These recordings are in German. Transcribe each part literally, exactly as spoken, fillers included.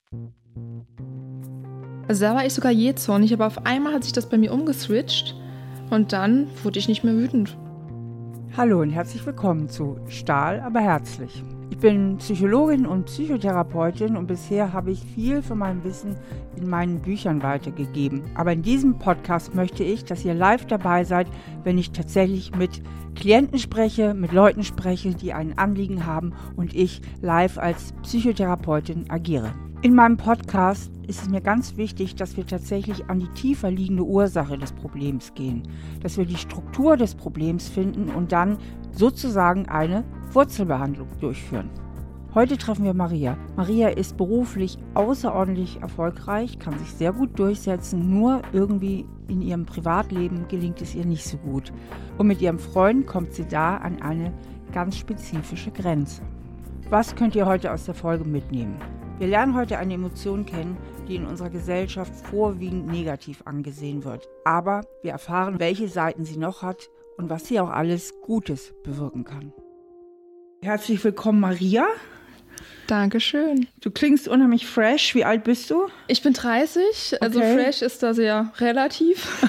Also da war ich sogar jähzornig, aber auf einmal hat sich das bei mir umgeswitcht und dann wurde ich nicht mehr wütend. Hallo und herzlich willkommen zu Stahl, aber herzlich. Ich bin Psychologin und Psychotherapeutin und bisher habe ich viel von meinem Wissen in meinen Büchern weitergegeben. Aber in diesem Podcast möchte ich, dass ihr live dabei seid, wenn ich tatsächlich mit Klienten spreche, mit Leuten spreche, die ein Anliegen haben und ich live als Psychotherapeutin agiere. In meinem Podcast ist es mir ganz wichtig, dass wir tatsächlich an die tiefer liegende Ursache des Problems gehen, dass wir die Struktur des Problems finden und dann sozusagen eine Wurzelbehandlung durchführen. Heute treffen wir Maria. Maria ist beruflich außerordentlich erfolgreich, kann sich sehr gut durchsetzen, nur irgendwie in ihrem Privatleben gelingt es ihr nicht so gut. Und mit ihrem Freund kommt sie da an eine ganz spezifische Grenze. Was könnt ihr heute aus der Folge mitnehmen? Wir lernen heute eine Emotion kennen, die in unserer Gesellschaft vorwiegend negativ angesehen wird. Aber wir erfahren, welche Seiten sie noch hat und was sie auch alles Gutes bewirken kann. Herzlich willkommen, Maria. Dankeschön. Du klingst unheimlich fresh. Wie alt bist du? Ich bin dreißig, also Okay. fresh ist da sehr relativ.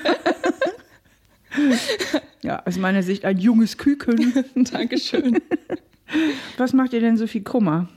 Ja, aus meiner Sicht ein junges Küken. Dankeschön. Was macht dir denn so viel Kummer?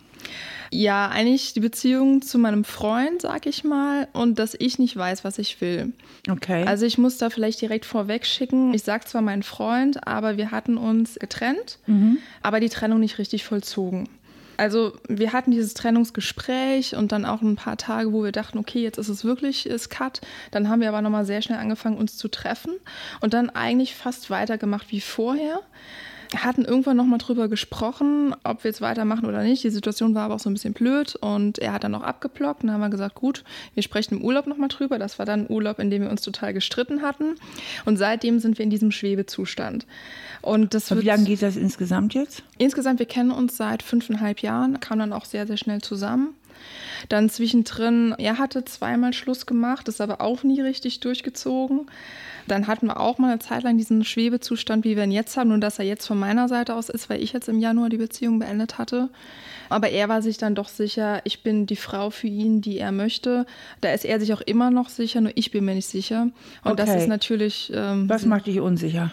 Ja, eigentlich die Beziehung zu meinem Freund, sag ich mal, und dass ich nicht weiß, was ich will. Okay. Also ich muss da vielleicht direkt vorweg schicken, ich sag zwar meinen Freund, aber wir hatten uns getrennt, mhm. aber die Trennung nicht richtig vollzogen. Also wir hatten dieses Trennungsgespräch und dann auch ein paar Tage, wo wir dachten, okay, jetzt ist es wirklich ist Cut. Dann haben wir aber nochmal sehr schnell angefangen, uns zu treffen und dann eigentlich fast weitergemacht wie vorher. Wir hatten irgendwann nochmal drüber gesprochen, ob wir jetzt weitermachen oder nicht. Die Situation war aber auch so ein bisschen blöd und er hat dann noch abgeblockt. Und dann haben wir gesagt, gut, wir sprechen im Urlaub nochmal drüber. Das war dann ein Urlaub, in dem wir uns total gestritten hatten. Und seitdem sind wir in diesem Schwebezustand. Und das wird, wie lange geht das insgesamt jetzt? Insgesamt, wir kennen uns seit fünfeinhalb Jahren, kamen dann auch sehr, sehr schnell zusammen. Dann zwischendrin, er hatte zweimal Schluss gemacht, ist aber auch nie richtig durchgezogen. Dann hatten wir auch mal eine Zeit lang diesen Schwebezustand, wie wir ihn jetzt haben, nur dass er jetzt von meiner Seite aus ist, weil ich jetzt im Januar die Beziehung beendet hatte. Aber er war sich dann doch sicher, ich bin die Frau für ihn, die er möchte. Da ist er sich auch immer noch sicher, nur ich bin mir nicht sicher. Und Okay. das ist natürlich... Ähm, Was macht dich unsicher?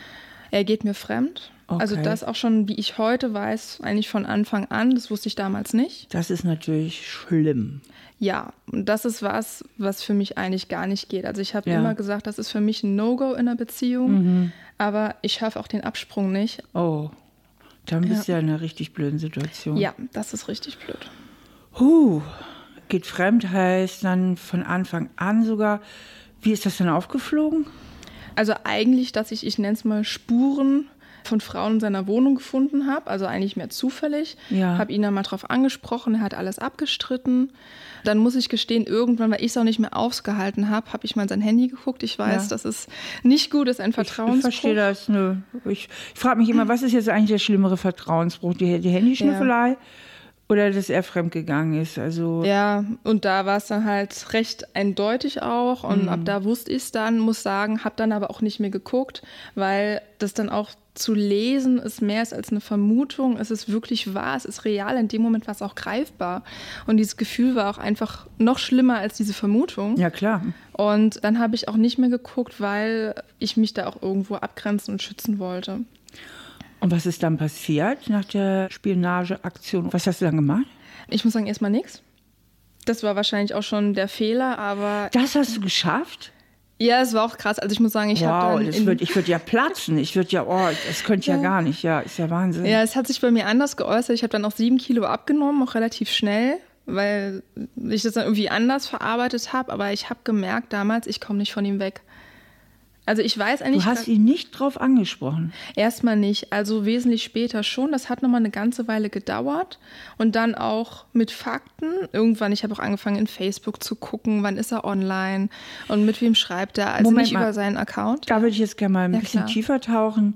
Er geht mir fremd. Okay. Also das auch schon, wie ich heute weiß, eigentlich von Anfang an. Das wusste ich damals nicht. Das ist natürlich schlimm. Ja, und das ist was, was für mich eigentlich gar nicht geht. Also ich habe Ja. immer gesagt, das ist für mich ein No-Go in einer Beziehung, Mhm. aber ich schaffe auch den Absprung nicht. Oh, dann bist du Ja. ja in einer richtig blöden Situation. Ja, das ist richtig blöd. Huh, geht fremd heißt dann von Anfang an sogar. Wie ist das denn aufgeflogen? Also eigentlich, dass ich, ich nenne es mal Spuren von Frauen in seiner Wohnung gefunden habe, also eigentlich mehr zufällig. Ja. Habe ihn dann mal drauf angesprochen, er hat alles abgestritten. Dann muss ich gestehen, irgendwann, weil ich es auch nicht mehr ausgehalten habe, habe ich mal in sein Handy geguckt. Ich weiß, Ja. das ist nicht gut, das ist ein Ich, ich Vertrauensbruch. verstehe das. Nö. Ich, ich frage mich immer, was ist jetzt eigentlich der schlimmere Vertrauensbruch? Die, die Handyschnüffelei oder dass er fremdgegangen ist? Also Ja, und da war es dann halt recht eindeutig auch. Und ab da wusste ich es dann, muss sagen, habe dann aber auch nicht mehr geguckt, weil das dann auch zu lesen ist mehr als eine Vermutung. Es ist wirklich wahr, es ist real. In dem Moment war es auch greifbar. Und dieses Gefühl war auch einfach noch schlimmer als diese Vermutung. ja, klar. Und dann habe ich auch nicht mehr geguckt, weil ich mich da auch irgendwo abgrenzen und schützen wollte. Und was ist dann passiert nach der Spionageaktion? Was hast du dann gemacht? Ich muss sagen, erstmal nichts. Das war wahrscheinlich auch schon der Fehler, aber Das hast du geschafft? ja, es war auch krass. Also ich muss sagen, ich habe Wow, dann das in- würd, ich würde ja platzen. Ich würde ja, oh, das könnte ja. Ja. gar nicht. Ja, ist ja Wahnsinn. Ja, es hat sich bei mir anders geäußert. Ich habe dann auch sieben Kilo abgenommen, auch relativ schnell, weil ich das dann irgendwie anders verarbeitet habe. Aber ich habe gemerkt damals, ich komme nicht von ihm weg. Also ich weiß eigentlich Du hast ihn nicht drauf angesprochen. erstmal nicht, also wesentlich später schon. Das hat nochmal eine ganze Weile gedauert und dann auch mit Fakten. Irgendwann, ich habe auch angefangen in Facebook zu gucken, wann ist er online und mit wem schreibt er. Also Moment nicht mal. über seinen Account. Da würde ich jetzt gerne mal ein Ja, bisschen klar. tiefer tauchen.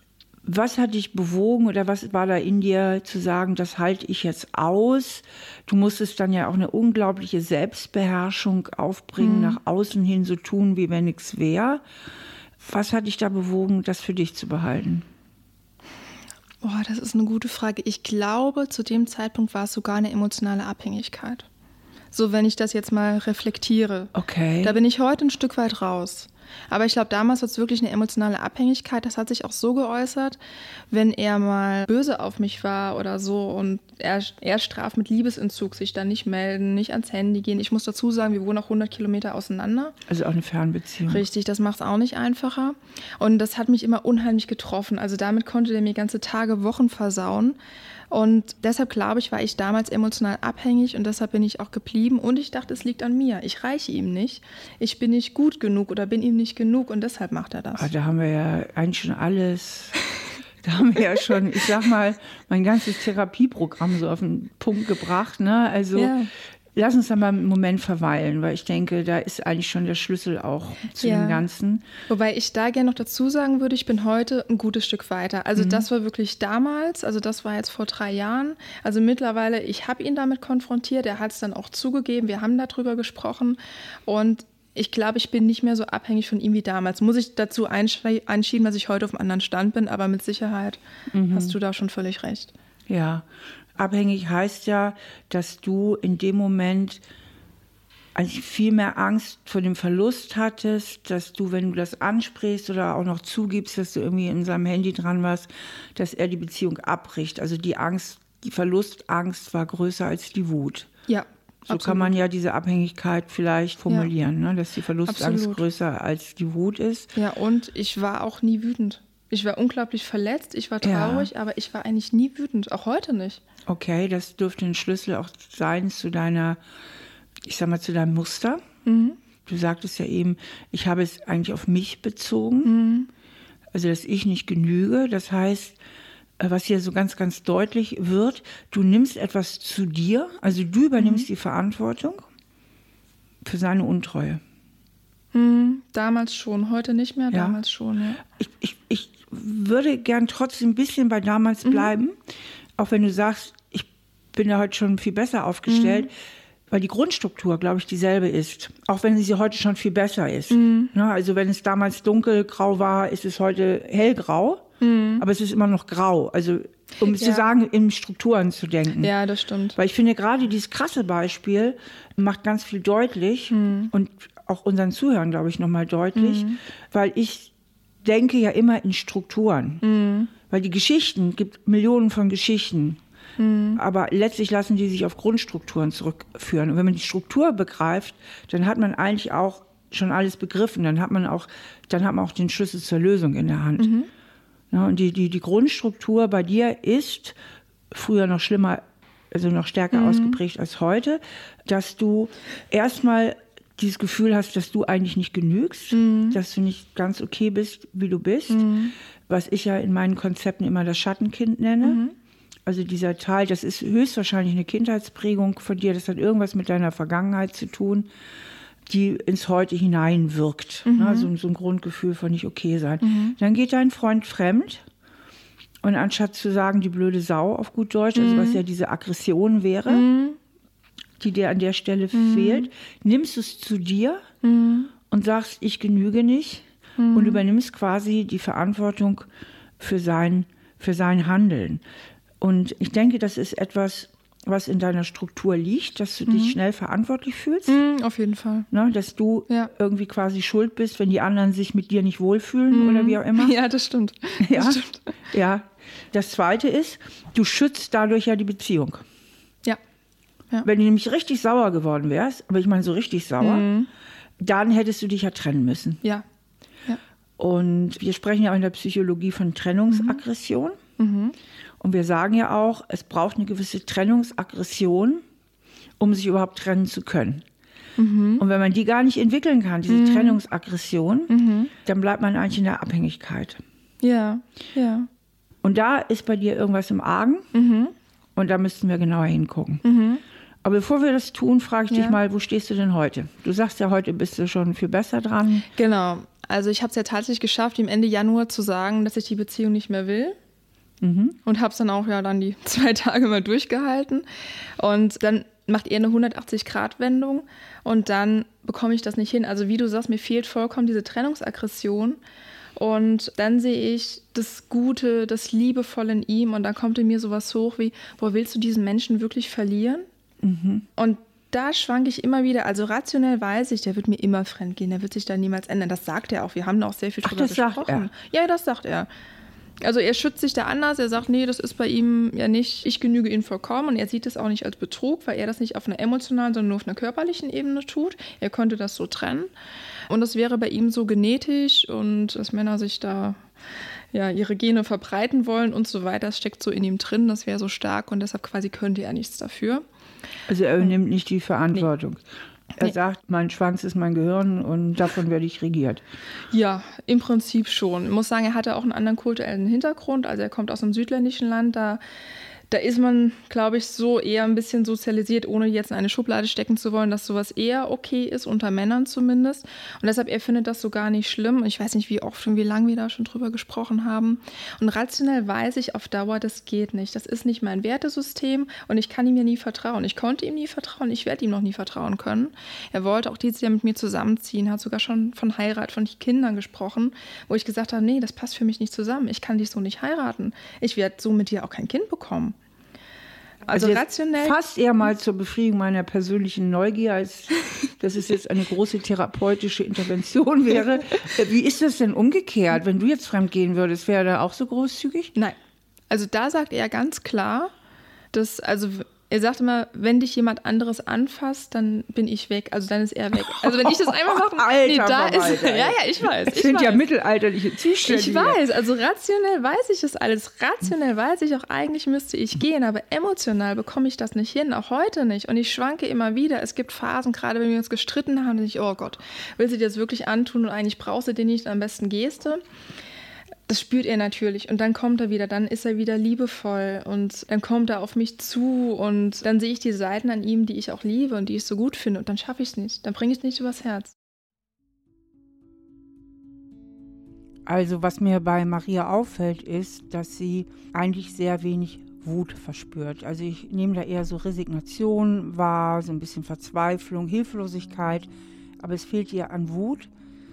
Was hat dich bewogen oder was war da in dir zu sagen, das halte ich jetzt aus? Du musstest dann ja auch eine unglaubliche Selbstbeherrschung aufbringen, Mhm. nach außen hin so tun, wie wenn nichts wäre. Was hat dich da bewogen, das für dich zu behalten? Boah, das ist eine gute Frage. Ich glaube, zu dem Zeitpunkt war es sogar eine emotionale Abhängigkeit. So, wenn ich das jetzt mal reflektiere. Okay. Da bin ich heute ein Stück weit raus. Aber ich glaube, damals war es wirklich eine emotionale Abhängigkeit. Das hat sich auch so geäußert, wenn er mal böse auf mich war oder so und er, er straft mit Liebesentzug, sich dann nicht melden, nicht ans Handy gehen. Ich muss dazu sagen, wir wohnen auch hundert Kilometer auseinander. Also auch eine Fernbeziehung. Richtig, das macht es auch nicht einfacher. Und das hat mich immer unheimlich getroffen. Also damit konnte der mir ganze Tage, Wochen versauen. Und deshalb, glaube ich, war ich damals emotional abhängig und deshalb bin ich auch geblieben. Und ich dachte, es liegt an mir. Ich reiche ihm nicht. Ich bin nicht gut genug oder bin ihm nicht genug und deshalb macht er das. Ah, da haben wir ja eigentlich schon alles, da haben wir ja schon, ich sag mal, mein ganzes Therapieprogramm so auf den Punkt gebracht. Ne? Also Ja. Lass uns da mal einen Moment verweilen, weil ich denke, da ist eigentlich schon der Schlüssel auch zu Ja. dem Ganzen. Wobei ich da gerne noch dazu sagen würde, ich bin heute ein gutes Stück weiter. Also mhm. das war wirklich damals, also das war jetzt vor drei Jahren. Also mittlerweile, ich habe ihn damit konfrontiert, er hat es dann auch zugegeben, wir haben darüber gesprochen und ich glaube, ich bin nicht mehr so abhängig von ihm wie damals. Muss ich dazu einschie- einschieben, dass ich heute auf einem anderen Stand bin, aber mit Sicherheit mhm. hast du da schon völlig recht. Ja, abhängig heißt ja, dass du in dem Moment eigentlich viel mehr Angst vor dem Verlust hattest, dass du, wenn du das ansprichst oder auch noch zugibst, dass du irgendwie in seinem Handy dran warst, dass er die Beziehung abbricht. Also die Angst, die Verlustangst war größer als die Wut. Ja. So absolut. Kann man ja diese Abhängigkeit vielleicht formulieren, ja. ne? Dass die Verlustangst absolut. größer als die Wut ist. Ja, und ich war auch nie wütend. Ich war unglaublich verletzt, ich war traurig, ja. aber ich war eigentlich nie wütend, auch heute nicht. Okay, das dürfte ein Schlüssel auch sein zu deiner, ich sag mal, zu deinem Muster. Mhm. Du sagtest ja eben, ich habe es eigentlich auf mich bezogen, mhm. also dass ich nicht genüge. Das heißt, was hier so ganz, ganz deutlich wird, du nimmst etwas zu dir, also du übernimmst mhm. die Verantwortung für seine Untreue. Mhm. Damals schon, heute nicht mehr, ja. damals schon. Ja. Ich, ich, ich würde gern trotzdem ein bisschen bei damals bleiben, mhm. auch wenn du sagst, ich bin da heute schon viel besser aufgestellt, mhm. weil die Grundstruktur, glaube ich, dieselbe ist, auch wenn sie heute schon viel besser ist. Mhm. Ja, also wenn es damals dunkelgrau war, ist es heute hellgrau, mhm. aber es ist immer noch grau. Also um ja. zu sagen, in Strukturen zu denken. Ja, das stimmt. Weil ich finde, gerade dieses krasse Beispiel macht ganz viel deutlich mhm. und auch unseren Zuhörern, glaube ich, nochmal deutlich, mhm. weil ich denke ja immer in Strukturen. Mhm. Weil die Geschichten, gibt Millionen von Geschichten, mhm. aber letztlich lassen die sich auf Grundstrukturen zurückführen. Und wenn man die Struktur begreift, dann hat man eigentlich auch schon alles begriffen. Dann hat man auch, dann hat man auch den Schlüssel zur Lösung in der Hand. Mhm. Ja, und die, die, die Grundstruktur bei dir ist früher noch schlimmer, also noch stärker mhm. ausgeprägt als heute, dass du erstmal dieses Gefühl hast, dass du eigentlich nicht genügst, mhm. dass du nicht ganz okay bist, wie du bist, mhm. was ich ja in meinen Konzepten immer das Schattenkind nenne. Mhm. Also dieser Teil, das ist höchstwahrscheinlich eine Kindheitsprägung von dir, das hat irgendwas mit deiner Vergangenheit zu tun, die ins Heute hineinwirkt. Mhm. Ne? So, so ein Grundgefühl von nicht okay sein. Mhm. Dann geht dein Freund fremd und anstatt zu sagen, die blöde Sau auf gut Deutsch, also mhm. was ja diese Aggression wäre, mhm. die dir an der Stelle mhm. fehlt, nimmst es zu dir mhm. und sagst, ich genüge nicht mhm. und übernimmst quasi die Verantwortung für sein, für sein Handeln. Und ich denke, das ist etwas, was in deiner Struktur liegt, dass du mhm. dich schnell verantwortlich fühlst. Mhm, auf jeden Fall. Ne, dass du ja. irgendwie quasi schuld bist, wenn die anderen sich mit dir nicht wohlfühlen mhm. oder wie auch immer. Ja, das stimmt. Ja, das stimmt. Ja. Das Zweite ist, du schützt dadurch ja die Beziehung. Ja. Ja. Wenn du nämlich richtig sauer geworden wärst, aber ich meine so richtig sauer, mhm. dann hättest du dich ja trennen müssen. Ja. Ja. Und wir sprechen ja auch in der Psychologie von Trennungsaggression. Mhm. Und wir sagen ja auch, es braucht eine gewisse Trennungsaggression, um sich überhaupt trennen zu können. Mhm. Und wenn man die gar nicht entwickeln kann, diese mhm. Trennungsaggression, mhm. dann bleibt man eigentlich in der Abhängigkeit. Ja, ja. Und da ist bei dir irgendwas im Argen Mhm. und da müssten wir genauer hingucken. Mhm. Aber bevor wir das tun, frage ich ja. dich mal, wo stehst du denn heute? Du sagst ja, heute bist du schon viel besser dran. Genau. Also ich habe es ja tatsächlich geschafft, ihm Ende Januar zu sagen, dass ich die Beziehung nicht mehr will. Mhm. Und habe es dann auch ja dann die zwei Tage mal durchgehalten. Und dann macht er eine hundertachtzig-Grad-Wendung und dann bekomme ich das nicht hin. Also wie du sagst, mir fehlt vollkommen diese Trennungsaggression. Und dann sehe ich das Gute, das Liebevolle in ihm und dann kommt in mir sowas hoch wie, boah, willst du diesen Menschen wirklich verlieren? Mhm. Und da schwanke ich immer wieder. Also rationell weiß ich, der wird mir immer fremd gehen, der wird sich da niemals ändern. Das sagt er auch. Wir haben da auch sehr viel drüber Ach, das gesprochen. Sagt er. Ja, das sagt er. Also er schützt sich da anders, er sagt, nee, das ist bei ihm ja nicht, ich genüge ihm vollkommen und er sieht es auch nicht als Betrug, weil er das nicht auf einer emotionalen, sondern nur auf einer körperlichen Ebene tut. Er könnte das so trennen und das wäre bei ihm so genetisch und dass Männer sich da ja ihre Gene verbreiten wollen und so weiter, das steckt so in ihm drin, das wäre so stark und deshalb quasi könnte er nichts dafür. Also er übernimmt nicht die Verantwortung. Nee. Er Nee. sagt, mein Schwanz ist mein Gehirn und davon werde ich regiert. Ja, im Prinzip schon. Ich muss sagen, er hatte auch einen anderen kulturellen Hintergrund. Also er kommt aus einem südländischen Land, da, da ist man, glaube ich, so eher ein bisschen sozialisiert, ohne jetzt in eine Schublade stecken zu wollen, dass sowas eher okay ist, unter Männern zumindest. Und deshalb, er findet das so gar nicht schlimm. Und ich weiß nicht, wie oft und wie lange wir da schon drüber gesprochen haben. Und rationell weiß ich auf Dauer, das geht nicht. Das ist nicht mein Wertesystem und ich kann ihm ja nie vertrauen. Ich konnte ihm nie vertrauen, ich werde ihm noch nie vertrauen können. Er wollte auch dieses Jahr mit mir zusammenziehen, hat sogar schon von Heirat, von Kindern gesprochen, wo ich gesagt habe, nee, das passt für mich nicht zusammen. Ich kann dich so nicht heiraten. Ich werde so mit dir auch kein Kind bekommen. Also, also rationell. Fast eher mal zur Befriedigung meiner persönlichen Neugier, als dass es jetzt eine große therapeutische Intervention wäre. Wie ist das denn umgekehrt? Wenn du jetzt fremd gehen würdest, wäre er auch so großzügig? Nein. Also da sagt er ganz klar, dass, also er sagt immer, wenn dich jemand anderes anfasst, dann bin ich weg. Also dann ist er weg. Also wenn ich das einmal mache, Alter, nee, da Alter, ist, ja, ja, ich weiß. Das ich sind weiß. ja mittelalterliche Zustände. Ich weiß, also rationell weiß ich das alles. Rationell weiß ich auch, eigentlich müsste ich gehen, aber emotional bekomme ich das nicht hin, auch heute nicht. Und ich schwanke immer wieder. Es gibt Phasen, gerade wenn wir uns gestritten haben, da ich, oh Gott, willst du dir das wirklich antun und eigentlich brauchst du den nicht, am besten gehst du. Das spürt er natürlich und dann kommt er wieder, dann ist er wieder liebevoll und dann kommt er auf mich zu und dann sehe ich die Seiten an ihm, die ich auch liebe und die ich so gut finde und dann schaffe ich es nicht, dann bringe ich es nicht übers Herz. Also was mir bei Maria auffällt, ist, dass sie eigentlich sehr wenig Wut verspürt. Also ich nehme da eher so Resignation wahr, so ein bisschen Verzweiflung, Hilflosigkeit, aber es fehlt ihr an Wut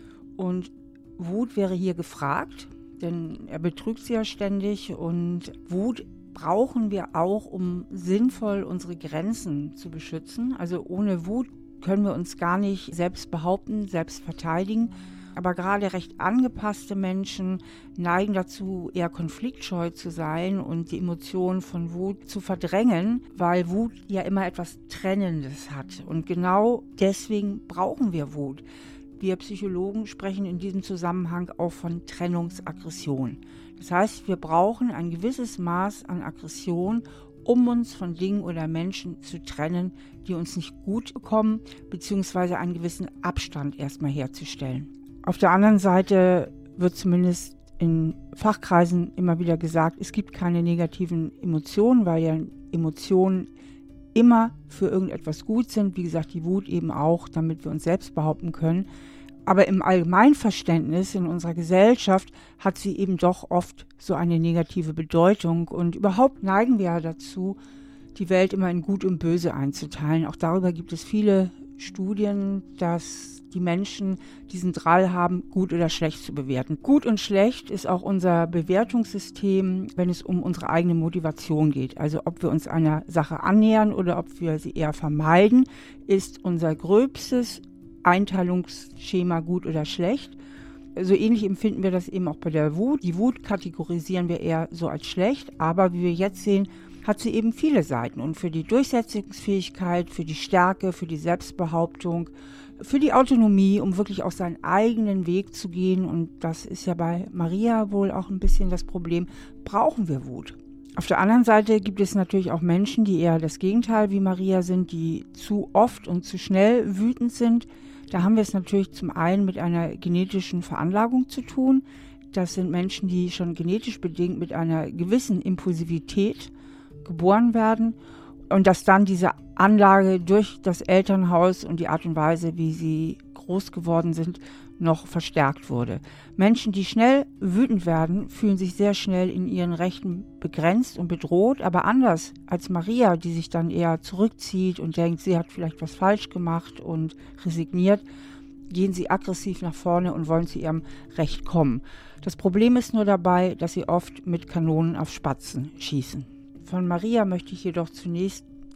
und Wut wäre hier gefragt. Denn er betrügt sie ja ständig und Wut brauchen wir auch, um sinnvoll unsere Grenzen zu beschützen. Also ohne Wut können wir uns gar nicht selbst behaupten, selbst verteidigen. Aber gerade recht angepasste Menschen neigen dazu, eher konfliktscheu zu sein und die Emotionen von Wut zu verdrängen, weil Wut ja immer etwas Trennendes hat. Und genau deswegen brauchen wir Wut. Wir Psychologen sprechen in diesem Zusammenhang auch von Trennungsaggression. Das heißt, wir brauchen ein gewisses Maß an Aggression, um uns von Dingen oder Menschen zu trennen, die uns nicht gut bekommen, beziehungsweise einen gewissen Abstand erstmal herzustellen. Auf der anderen Seite wird zumindest in Fachkreisen immer wieder gesagt, es gibt keine negativen Emotionen, weil ja Emotionen immer für irgendetwas gut sind. Wie gesagt, die Wut eben auch, damit wir uns selbst behaupten können. Aber im Allgemeinverständnis in unserer Gesellschaft hat sie eben doch oft so eine negative Bedeutung. Und überhaupt neigen wir ja dazu, die Welt immer in Gut und Böse einzuteilen. Auch darüber gibt es viele Studien, dass die Menschen diesen Drall haben, gut oder schlecht zu bewerten. Gut und schlecht ist auch unser Bewertungssystem, wenn es um unsere eigene Motivation geht. Also ob wir uns einer Sache annähern oder ob wir sie eher vermeiden, ist unser gröbstes Einteilungsschema gut oder schlecht. So ähnlich empfinden wir das eben auch bei der Wut. Die Wut kategorisieren wir eher so als schlecht, aber wie wir jetzt sehen, hat sie eben viele Seiten. Und für die Durchsetzungsfähigkeit, für die Stärke, für die Selbstbehauptung, für die Autonomie, um wirklich auch seinen eigenen Weg zu gehen, und das ist ja bei Maria wohl auch ein bisschen das Problem, brauchen wir Wut. Auf der anderen Seite gibt es natürlich auch Menschen, die eher das Gegenteil wie Maria sind, die zu oft und zu schnell wütend sind. Da haben wir es natürlich zum einen mit einer genetischen Veranlagung zu tun. Das sind Menschen, die schon genetisch bedingt mit einer gewissen Impulsivität geboren werden und dass dann diese Anlage durch das Elternhaus und die Art und Weise, wie sie groß geworden sind, noch verstärkt wurde. Menschen, die schnell wütend werden, fühlen sich sehr schnell in ihren Rechten begrenzt und bedroht, aber anders als Maria, die sich dann eher zurückzieht und denkt, sie hat vielleicht was falsch gemacht und resigniert, gehen sie aggressiv nach vorne und wollen zu ihrem Recht kommen. Das Problem ist nur dabei, dass sie oft mit Kanonen auf Spatzen schießen. Von Maria möchte ich jedoch zunächst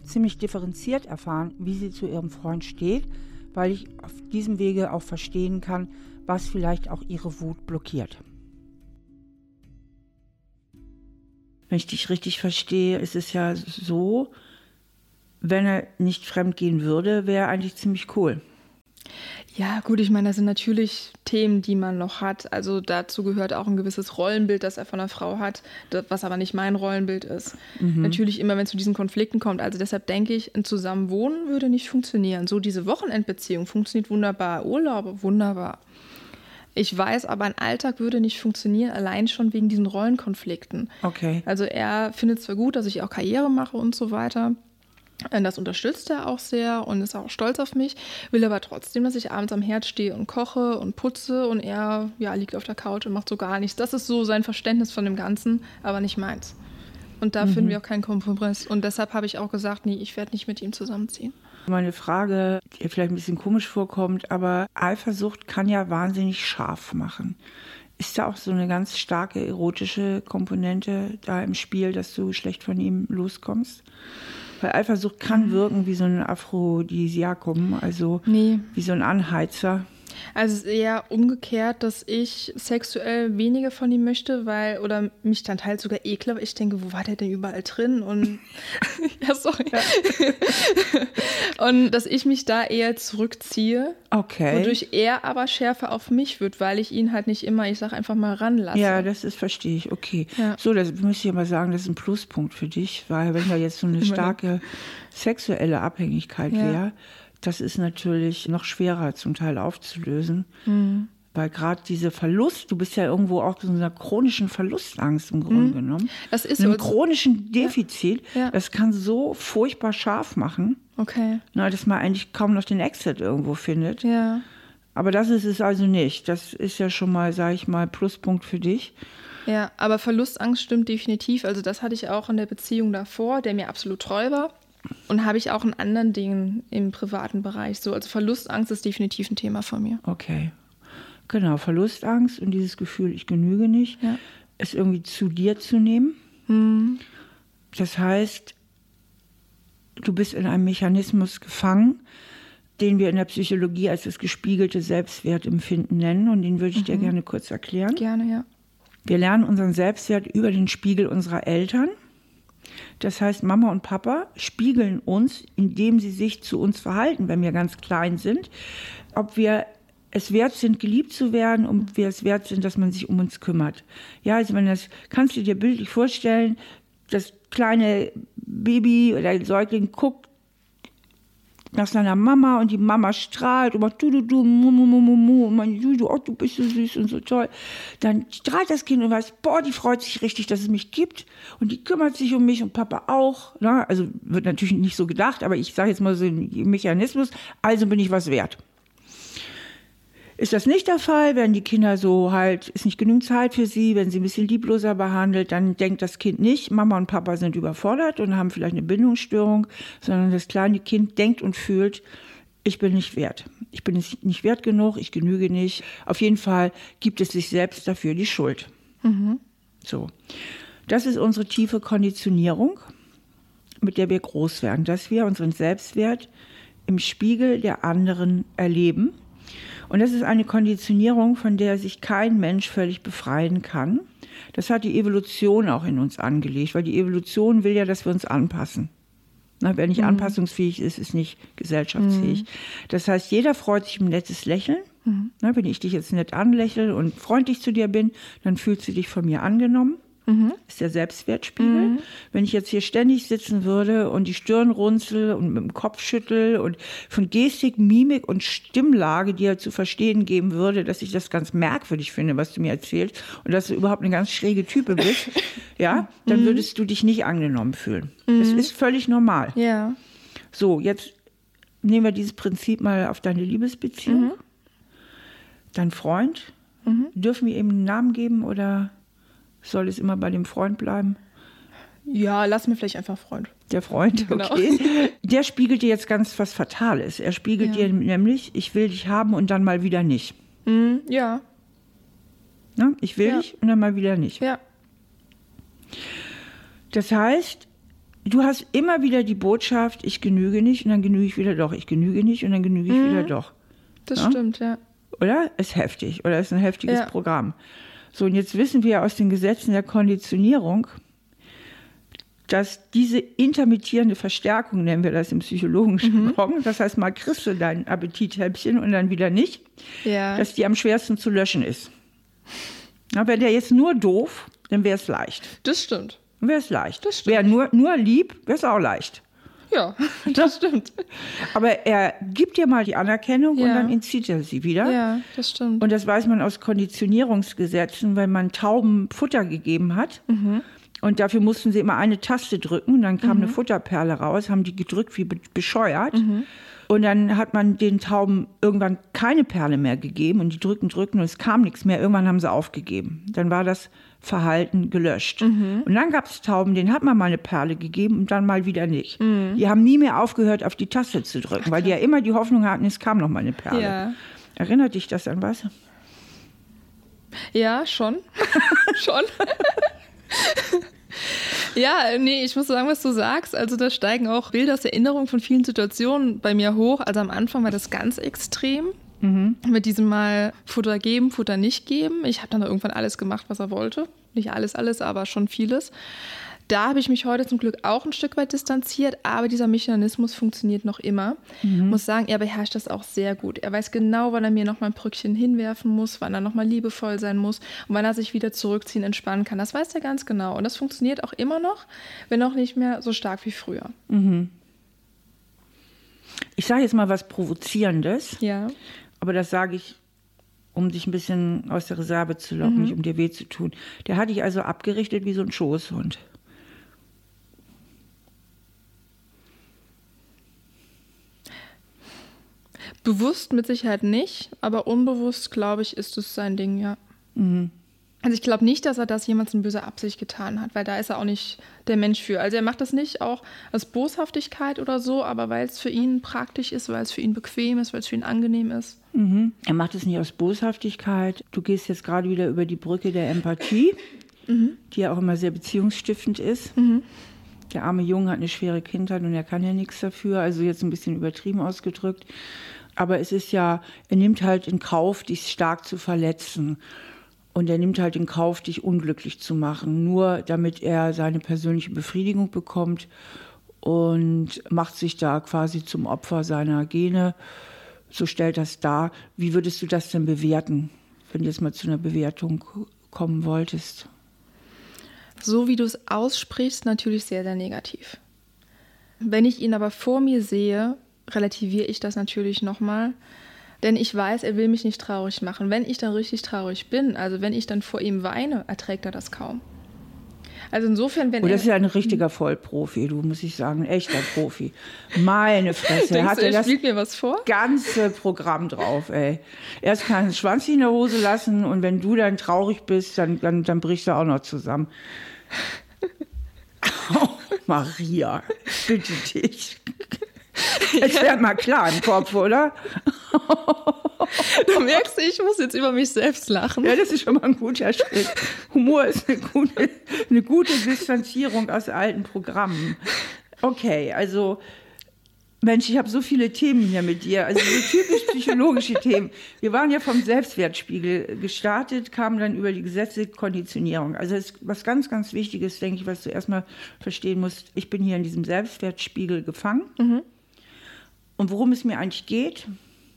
ziemlich differenziert erfahren, wie sie zu ihrem Freund steht, weil ich auf diesem Wege auch verstehen kann, was vielleicht auch ihre Wut blockiert. Wenn ich dich richtig verstehe, ist es ja so, wenn er nicht fremd gehen würde, wäre er eigentlich ziemlich cool. Ja, gut, ich meine, das sind natürlich Themen, die man noch hat. Also dazu gehört auch ein gewisses Rollenbild, das er von einer Frau hat, was aber nicht mein Rollenbild ist. Mhm. Natürlich immer, wenn es zu diesen Konflikten kommt. Also deshalb denke ich, ein Zusammenwohnen würde nicht funktionieren. So diese Wochenendbeziehung funktioniert wunderbar, Urlaube wunderbar. Ich weiß aber, ein Alltag würde nicht funktionieren, allein schon wegen diesen Rollenkonflikten. Okay. Also er findet zwar gut, dass ich auch Karriere mache und so weiter. Das unterstützt er auch sehr und ist auch stolz auf mich, will aber trotzdem, dass ich abends am Herd stehe und koche und putze und er ja, liegt auf der Couch und macht so gar nichts. Das ist so sein Verständnis von dem Ganzen, aber nicht meins. Und da mhm. finden wir auch keinen Kompromiss. Und deshalb habe ich auch gesagt, nee, ich werde nicht mit ihm zusammenziehen. Meine Frage, die vielleicht ein bisschen komisch vorkommt, aber Eifersucht kann ja wahnsinnig scharf machen. Ist da auch so eine ganz starke erotische Komponente da im Spiel, dass du schlecht von ihm loskommst? Weil Eifersucht kann wirken wie so ein Aphrodisiakum, also nee. wie so ein Anheizer. Also es ist eher umgekehrt, dass ich sexuell weniger von ihm möchte, weil, oder mich dann teils sogar ekle, weil ich denke, wo war der denn überall drin? Und ja, sorry. Ja. Und dass ich mich da eher zurückziehe, okay. wodurch er aber schärfer auf mich wird, weil ich ihn halt nicht immer, ich sag einfach mal, ranlasse. Ja, das ist, verstehe ich, okay. Ja. So, das müsste ich aber sagen, das ist ein Pluspunkt für dich, weil wenn da jetzt so eine starke sexuelle Abhängigkeit ja. wäre, das ist natürlich noch schwerer zum Teil aufzulösen, mhm. weil gerade dieser Verlust, du bist ja irgendwo auch in einer chronischen Verlustangst im Grunde mhm. genommen. Das ist einem so. chronischen Defizit, ja. Ja. das kann so furchtbar scharf machen, okay. na, dass man eigentlich kaum noch den Exit irgendwo findet. Ja. Aber das ist es also nicht. Das ist ja schon mal, sage ich mal, Pluspunkt für dich. Ja, aber Verlustangst stimmt definitiv. Also das hatte ich auch in der Beziehung davor, der mir absolut treu war. Und habe ich auch in anderen Dingen im privaten Bereich so. Also Verlustangst ist definitiv ein Thema von mir. Okay. Genau, Verlustangst und dieses Gefühl, ich genüge nicht, ja. es irgendwie zu dir zu nehmen. Mhm. Das heißt, du bist in einem Mechanismus gefangen, den wir in der Psychologie als das gespiegelte Selbstwertempfinden nennen. Und den würde ich mhm. dir gerne kurz erklären. Gerne, ja. Wir lernen unseren Selbstwert über den Spiegel unserer Eltern. Das heißt, Mama und Papa spiegeln uns, indem sie sich zu uns verhalten, wenn wir ganz klein sind, ob wir es wert sind, geliebt zu werden und wir es wert sind, dass man sich um uns kümmert. Ja, also wenn das, kannst du dir bildlich vorstellen, das kleine Baby oder ein Säugling guckt nach seiner Mama und die Mama strahlt und macht du, du, du, mu, mu, mu, mu, mu, und man, du, du, oh, du bist so süß und so toll. Dann strahlt das Kind und weiß, boah, die freut sich richtig, dass es mich gibt und die kümmert sich um mich und Papa auch. Ne? Also wird natürlich nicht so gedacht, aber ich sage jetzt mal so ein Mechanismus, also bin ich was wert. Ist das nicht der Fall, wenn die Kinder so halt, ist nicht genügend Zeit für sie, wenn sie ein bisschen liebloser behandelt, dann denkt das Kind nicht, Mama und Papa sind überfordert und haben vielleicht eine Bindungsstörung, sondern das kleine Kind denkt und fühlt, ich bin nicht wert. Ich bin nicht wert genug, ich genüge nicht. Auf jeden Fall gibt es sich selbst dafür die Schuld. Mhm. So. Das ist unsere tiefe Konditionierung, mit der wir groß werden, dass wir unseren Selbstwert im Spiegel der anderen erleben. Und das ist eine Konditionierung, von der sich kein Mensch völlig befreien kann. Das hat die Evolution auch in uns angelegt, weil die Evolution will ja, dass wir uns anpassen. Na, wer nicht mhm. anpassungsfähig ist, ist nicht gesellschaftsfähig. Mhm. Das heißt, jeder freut sich um ein nettes Lächeln. Mhm. Na, wenn ich dich jetzt nett anlächle und freundlich zu dir bin, dann fühlst du dich von mir angenommen. Mhm. Das ist der Selbstwertspiegel. Mhm. Wenn ich jetzt hier ständig sitzen würde und die Stirn runzel und mit dem Kopf schüttel und von Gestik, Mimik und Stimmlage dir zu verstehen geben würde, dass ich das ganz merkwürdig finde, was du mir erzählst und dass du überhaupt eine ganz schräge Type bist, ja, dann mhm. würdest du dich nicht angenommen fühlen. Mhm. Das ist völlig normal. Ja. So, jetzt nehmen wir dieses Prinzip mal auf deine Liebesbeziehung. Mhm. Dein Freund, mhm. dürfen wir ihm einen Namen geben oder soll es immer bei dem Freund bleiben? Ja, lass mir vielleicht einfach Freund. Der Freund, genau. Okay. Der spiegelt dir jetzt ganz was Fatales. Er spiegelt ja. dir nämlich, ich will dich haben und dann mal wieder nicht. Mhm, ja. Na, ich will ja. dich und dann mal wieder nicht. Ja. Das heißt, du hast immer wieder die Botschaft, ich genüge nicht und dann genüge ich wieder doch, ich genüge nicht und dann genüge ich mhm. wieder doch. Das ja? stimmt, ja. Oder? Ist heftig oder ist ein heftiges ja. Programm. So, und jetzt wissen wir aus den Gesetzen der Konditionierung, dass diese intermittierende Verstärkung, nennen wir das im psychologischen Jargon, mhm. das heißt, mal kriegst du dein Appetithäppchen und dann wieder nicht, ja. dass die am schwersten zu löschen ist. Na, wäre der jetzt nur doof, dann wäre es leicht. Das stimmt. Dann wäre es leicht. Wäre nur, nur lieb, wäre es auch leicht. Ja, das stimmt. Aber er gibt dir mal die Anerkennung ja. und dann entzieht er sie wieder. Ja, das stimmt. Und das weiß man aus Konditionierungsgesetzen, weil man Tauben Futter gegeben hat. Mhm. Und dafür mussten sie immer eine Taste drücken. Und dann kam mhm. eine Futterperle raus, haben die gedrückt wie bescheuert. Mhm. Und dann hat man den Tauben irgendwann keine Perle mehr gegeben. Und die drückten, drückten und es kam nichts mehr. Irgendwann haben sie aufgegeben. Dann war das Verhalten gelöscht. Mhm. Und dann gab es Tauben, denen hat man mal eine Perle gegeben und dann mal wieder nicht. Mhm. Die haben nie mehr aufgehört, auf die Taste zu drücken, Ach, weil die ja immer die Hoffnung hatten, es kam noch mal eine Perle. Ja. Erinnert dich das an was? Ja, schon. schon. Ja, nee, ich muss sagen, was du sagst. Also da steigen auch Bilder aus Erinnerung von vielen Situationen bei mir hoch. Also am Anfang war das ganz extrem. Mhm. Mit diesem Mal Futter geben, Futter nicht geben. Ich habe dann irgendwann alles gemacht, was er wollte. Nicht alles, alles, aber schon vieles. Da habe ich mich heute zum Glück auch ein Stück weit distanziert, aber dieser Mechanismus funktioniert noch immer. Mhm. Ich muss sagen, er beherrscht das auch sehr gut. Er weiß genau, wann er mir noch mal ein Brückchen hinwerfen muss, wann er noch mal liebevoll sein muss und wann er sich wieder zurückziehen, entspannen kann. Das weiß er ganz genau. Und das funktioniert auch immer noch, wenn auch nicht mehr so stark wie früher. Mhm. Ich sage jetzt mal was Provozierendes, ja. aber das sage ich, um dich ein bisschen aus der Reserve zu locken, mhm. nicht um dir weh zu tun. Der hat dich also abgerichtet wie so ein Schoßhund. Bewusst mit Sicherheit nicht, aber unbewusst, glaube ich, ist es sein Ding, ja. Mhm. Also ich glaube nicht, dass er das jemals in böser Absicht getan hat, weil da ist er auch nicht der Mensch für. Also er macht das nicht auch aus Boshaftigkeit oder so, aber weil es für ihn praktisch ist, weil es für ihn bequem ist, weil es für ihn angenehm ist. Mhm. Er macht es nicht aus Boshaftigkeit. Du gehst jetzt gerade wieder über die Brücke der Empathie, mhm. die ja auch immer sehr beziehungsstiftend ist. Mhm. Der arme Junge hat eine schwere Kindheit und er kann ja nichts dafür, also jetzt ein bisschen übertrieben ausgedrückt. Aber es ist ja, er nimmt halt in Kauf, dich stark zu verletzen. Und er nimmt halt in Kauf, dich unglücklich zu machen, nur damit er seine persönliche Befriedigung bekommt und macht sich da quasi zum Opfer seiner Gene. So stellt das dar. Wie würdest du das denn bewerten, wenn du jetzt mal zu einer Bewertung kommen wolltest? So wie du es aussprichst, natürlich sehr, sehr negativ. Wenn ich ihn aber vor mir sehe, relativiere ich das natürlich nochmal. Denn ich weiß, er will mich nicht traurig machen. Wenn ich dann richtig traurig bin, also wenn ich dann vor ihm weine, erträgt er das kaum. Also insofern, wenn oh, er... das ist ja ein richtiger Vollprofi, du muss ich sagen, ein echter Profi. Meine Fresse. Denkst hat du, er das spielt mir was vor? Ganze Programm drauf, ey. Erst kann er den Schwanz in der Hose lassen und wenn du dann traurig bist, dann, dann, dann brichst du auch noch zusammen. Oh, Maria, bitte dich. Es wird mal klar im Kopf, oder? Du merkst, ich muss jetzt über mich selbst lachen. Ja, das ist schon mal ein guter Schritt. Humor ist eine gute, eine gute Distanzierung aus alten Programmen. Okay, also, Mensch, ich habe so viele Themen hier mit dir. Also so typisch psychologische Themen. Wir waren ja vom Selbstwertspiegel gestartet, kamen dann über die Gesetze Konditionierung. Also das ist was ganz, ganz Wichtiges, denke ich, was du erstmal verstehen musst. Ich bin hier in diesem Selbstwertspiegel gefangen. Mhm. Und worum es mir eigentlich geht,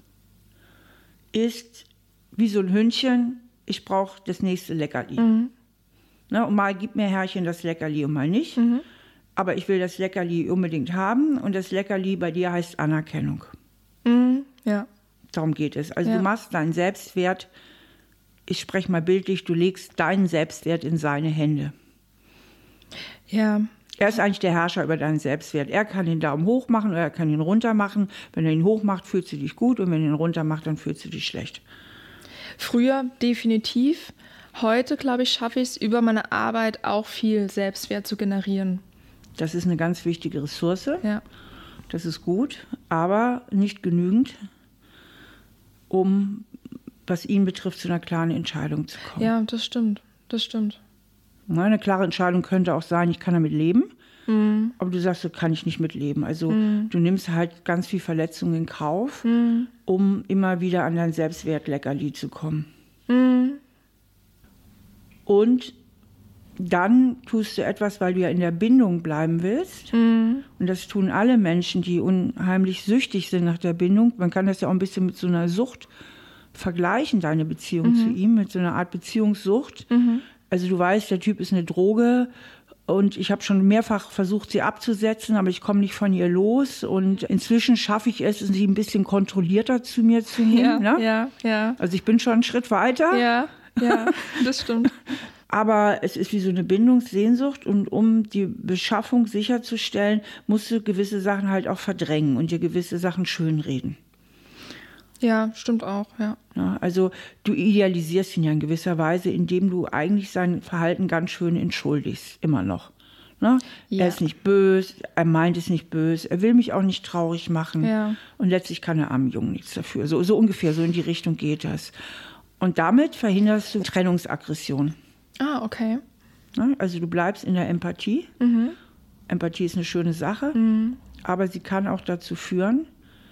ist wie so ein Hündchen, ich brauche das nächste Leckerli. Mhm. Ne, und mal gibt mir Herrchen das Leckerli und mal nicht. Mhm. Aber ich will das Leckerli unbedingt haben und das Leckerli bei dir heißt Anerkennung. Mhm. Ja. Darum geht es. Also ja. du machst deinen Selbstwert, ich spreche mal bildlich, du legst deinen Selbstwert in seine Hände. Ja. Er ist eigentlich der Herrscher über deinen Selbstwert. Er kann den Daumen hoch machen oder er kann ihn runter machen. Wenn er ihn hoch macht, fühlst du dich gut und wenn er ihn runter macht, dann fühlst du dich schlecht. Früher definitiv. Heute, glaube ich, schaffe ich es über meine Arbeit auch viel Selbstwert zu generieren. Das ist eine ganz wichtige Ressource. Ja. Das ist gut, aber nicht genügend, um, was ihn betrifft, zu einer klaren Entscheidung zu kommen. Ja, das stimmt. Das stimmt. Eine klare Entscheidung könnte auch sein, ich kann damit leben. Mhm. Aber du sagst, so kann ich nicht mitleben. Also mhm. du nimmst halt ganz viel Verletzungen in Kauf, mhm. um immer wieder an dein Selbstwert-Leckerli zu kommen. Mhm. Und dann tust du etwas, weil du ja in der Bindung bleiben willst. Mhm. Und das tun alle Menschen, die unheimlich süchtig sind nach der Bindung. Man kann das ja auch ein bisschen mit so einer Sucht vergleichen, deine Beziehung mhm. zu ihm, mit so einer Art Beziehungssucht. Mhm. Also du weißt, der Typ ist eine Droge und ich habe schon mehrfach versucht, sie abzusetzen, aber ich komme nicht von ihr los. Und inzwischen schaffe ich es, sie ein bisschen kontrollierter zu mir zu nehmen. Ja, ne? ja, ja. Also ich bin schon einen Schritt weiter. Ja, ja, das stimmt. Aber es ist wie so eine Bindungssehnsucht und um die Beschaffung sicherzustellen, musst du gewisse Sachen halt auch verdrängen und dir gewisse Sachen schönreden. Ja, stimmt auch, ja. Ja, also du idealisierst ihn ja in gewisser Weise, indem du eigentlich sein Verhalten ganz schön entschuldigst, immer noch. Ne? Ja. Er ist nicht böse, er meint es nicht böse, er will mich auch nicht traurig machen. Ja. Und letztlich kann der arme Junge nichts dafür. So, so ungefähr, so in die Richtung geht das. Und damit verhinderst du Trennungsaggression. Ah, okay. Ne? Also du bleibst in der Empathie. Mhm. Empathie ist eine schöne Sache, mhm. aber sie kann auch dazu führen,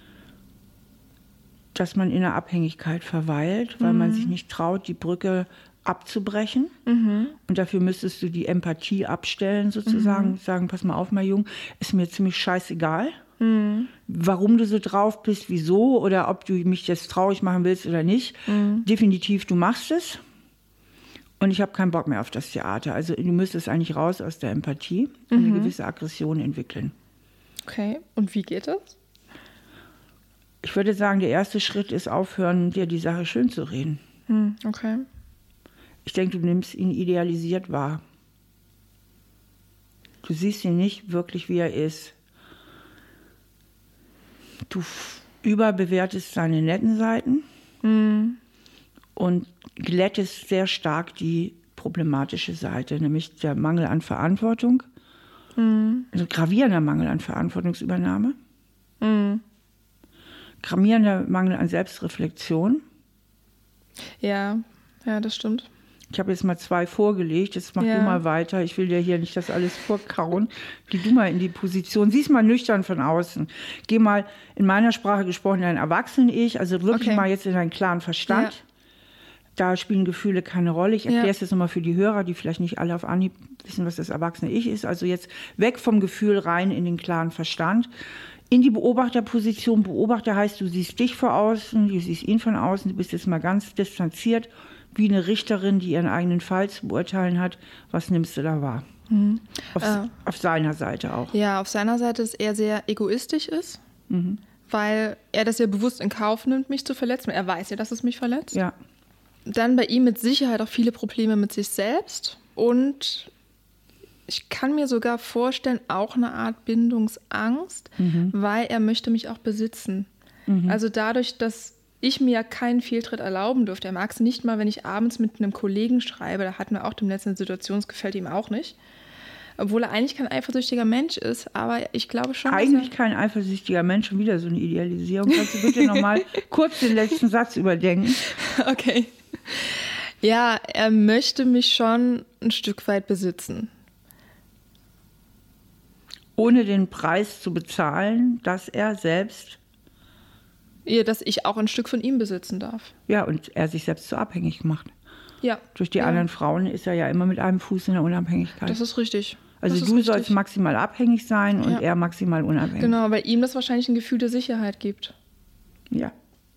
dass man in der Abhängigkeit verweilt, weil mhm. man sich nicht traut, die Brücke abzubrechen. Mhm. Und dafür müsstest du die Empathie abstellen sozusagen. Mhm. Sagen, pass mal auf, mein Junge, ist mir ziemlich scheißegal, mhm. warum du so drauf bist, wieso oder ob du mich jetzt traurig machen willst oder nicht. Mhm. Definitiv, du machst es. Und ich habe keinen Bock mehr auf das Theater. Also du müsstest eigentlich raus aus der Empathie und mhm. eine gewisse Aggression entwickeln. Okay, und wie geht das? Ich würde sagen, der erste Schritt ist aufhören, dir die Sache schön zu reden. Hm, okay. Ich denke, du nimmst ihn idealisiert wahr. Du siehst ihn nicht wirklich, wie er ist. Du überbewertest seine netten Seiten hm. und glättest sehr stark die problematische Seite, nämlich der Mangel an Verantwortung. Hm. Also gravierender Mangel an Verantwortungsübernahme. Hm. Gravierender Mangel an Selbstreflexion. Ja, ja, das stimmt. Ich habe jetzt mal zwei vorgelegt, jetzt mach ja. du mal weiter. Ich will dir hier nicht das alles vorkauen. Geh du mal in die Position, sieh's mal nüchtern von außen. Geh mal in meiner Sprache gesprochen in dein Erwachsenen-Ich, also wirklich okay. mal jetzt in deinen klaren Verstand. Ja. Da spielen Gefühle keine Rolle. Ich erkläre es ja. jetzt nochmal für die Hörer, die vielleicht nicht alle auf Anhieb wissen, was das Erwachsene-Ich ist. Also jetzt weg vom Gefühl rein in den klaren Verstand. In die Beobachterposition. Beobachter heißt, du siehst dich von außen, du siehst ihn von außen, du bist jetzt mal ganz distanziert, wie eine Richterin, die ihren eigenen Fall zu beurteilen hat. Was nimmst du da wahr? Mhm. Auf, äh, auf seiner Seite auch. Ja, auf seiner Seite, dass er sehr egoistisch ist, mhm. weil er das ja bewusst in Kauf nimmt, mich zu verletzen. Er weiß ja, dass es mich verletzt. Ja. Dann bei ihm mit Sicherheit auch viele Probleme mit sich selbst und ich kann mir sogar vorstellen, auch eine Art Bindungsangst, mhm. weil er möchte mich auch besitzen. Mhm. Also dadurch, dass ich mir keinen Fehltritt erlauben durfte. Er mag es nicht mal, wenn ich abends mit einem Kollegen schreibe. Da hatten wir auch dem letzten Situation, das gefällt ihm auch nicht. Obwohl er eigentlich kein eifersüchtiger Mensch ist. Aber ich glaube schon, Eigentlich kein eifersüchtiger Mensch, schon wieder so eine Idealisierung. Kannst du bitte nochmal kurz den letzten Satz überdenken? Okay. Ja, er möchte mich schon ein Stück weit besitzen. Ohne den Preis zu bezahlen, dass er selbst... Ja, dass ich auch ein Stück von ihm besitzen darf. Ja, und er sich selbst so abhängig macht. Ja. Durch die ja. anderen Frauen ist er ja immer mit einem Fuß in der Unabhängigkeit. Das ist richtig. Also das du richtig. sollst maximal abhängig sein und ja. er maximal unabhängig. Genau, weil ihm das wahrscheinlich ein Gefühl der Sicherheit gibt. Ja.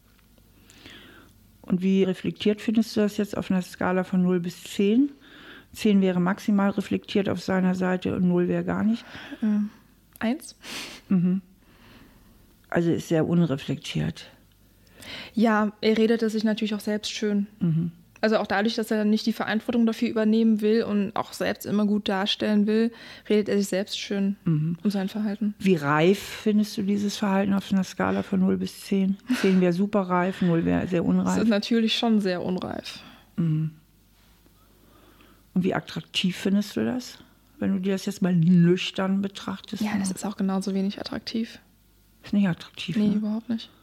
Und wie reflektiert findest du das jetzt auf einer Skala von null bis zehn? zehn wäre maximal reflektiert auf seiner Seite und null wäre gar nicht. Ähm, eins. Mhm. Also ist sehr unreflektiert. Ja, er redet es sich natürlich auch selbst schön. Mhm. Also auch dadurch, dass er nicht die Verantwortung dafür übernehmen will und auch selbst immer gut darstellen will, redet er sich selbst schön mhm. um sein Verhalten. Wie reif findest du dieses Verhalten auf einer Skala von null bis zehn? zehn wäre super reif, null wäre sehr unreif. Das ist natürlich schon sehr unreif. Mhm. Und wie attraktiv findest du das, wenn du dir das jetzt mal nüchtern betrachtest? Ja, das ist auch genauso wenig attraktiv. Ist nicht attraktiv, Nee, ne? überhaupt nicht.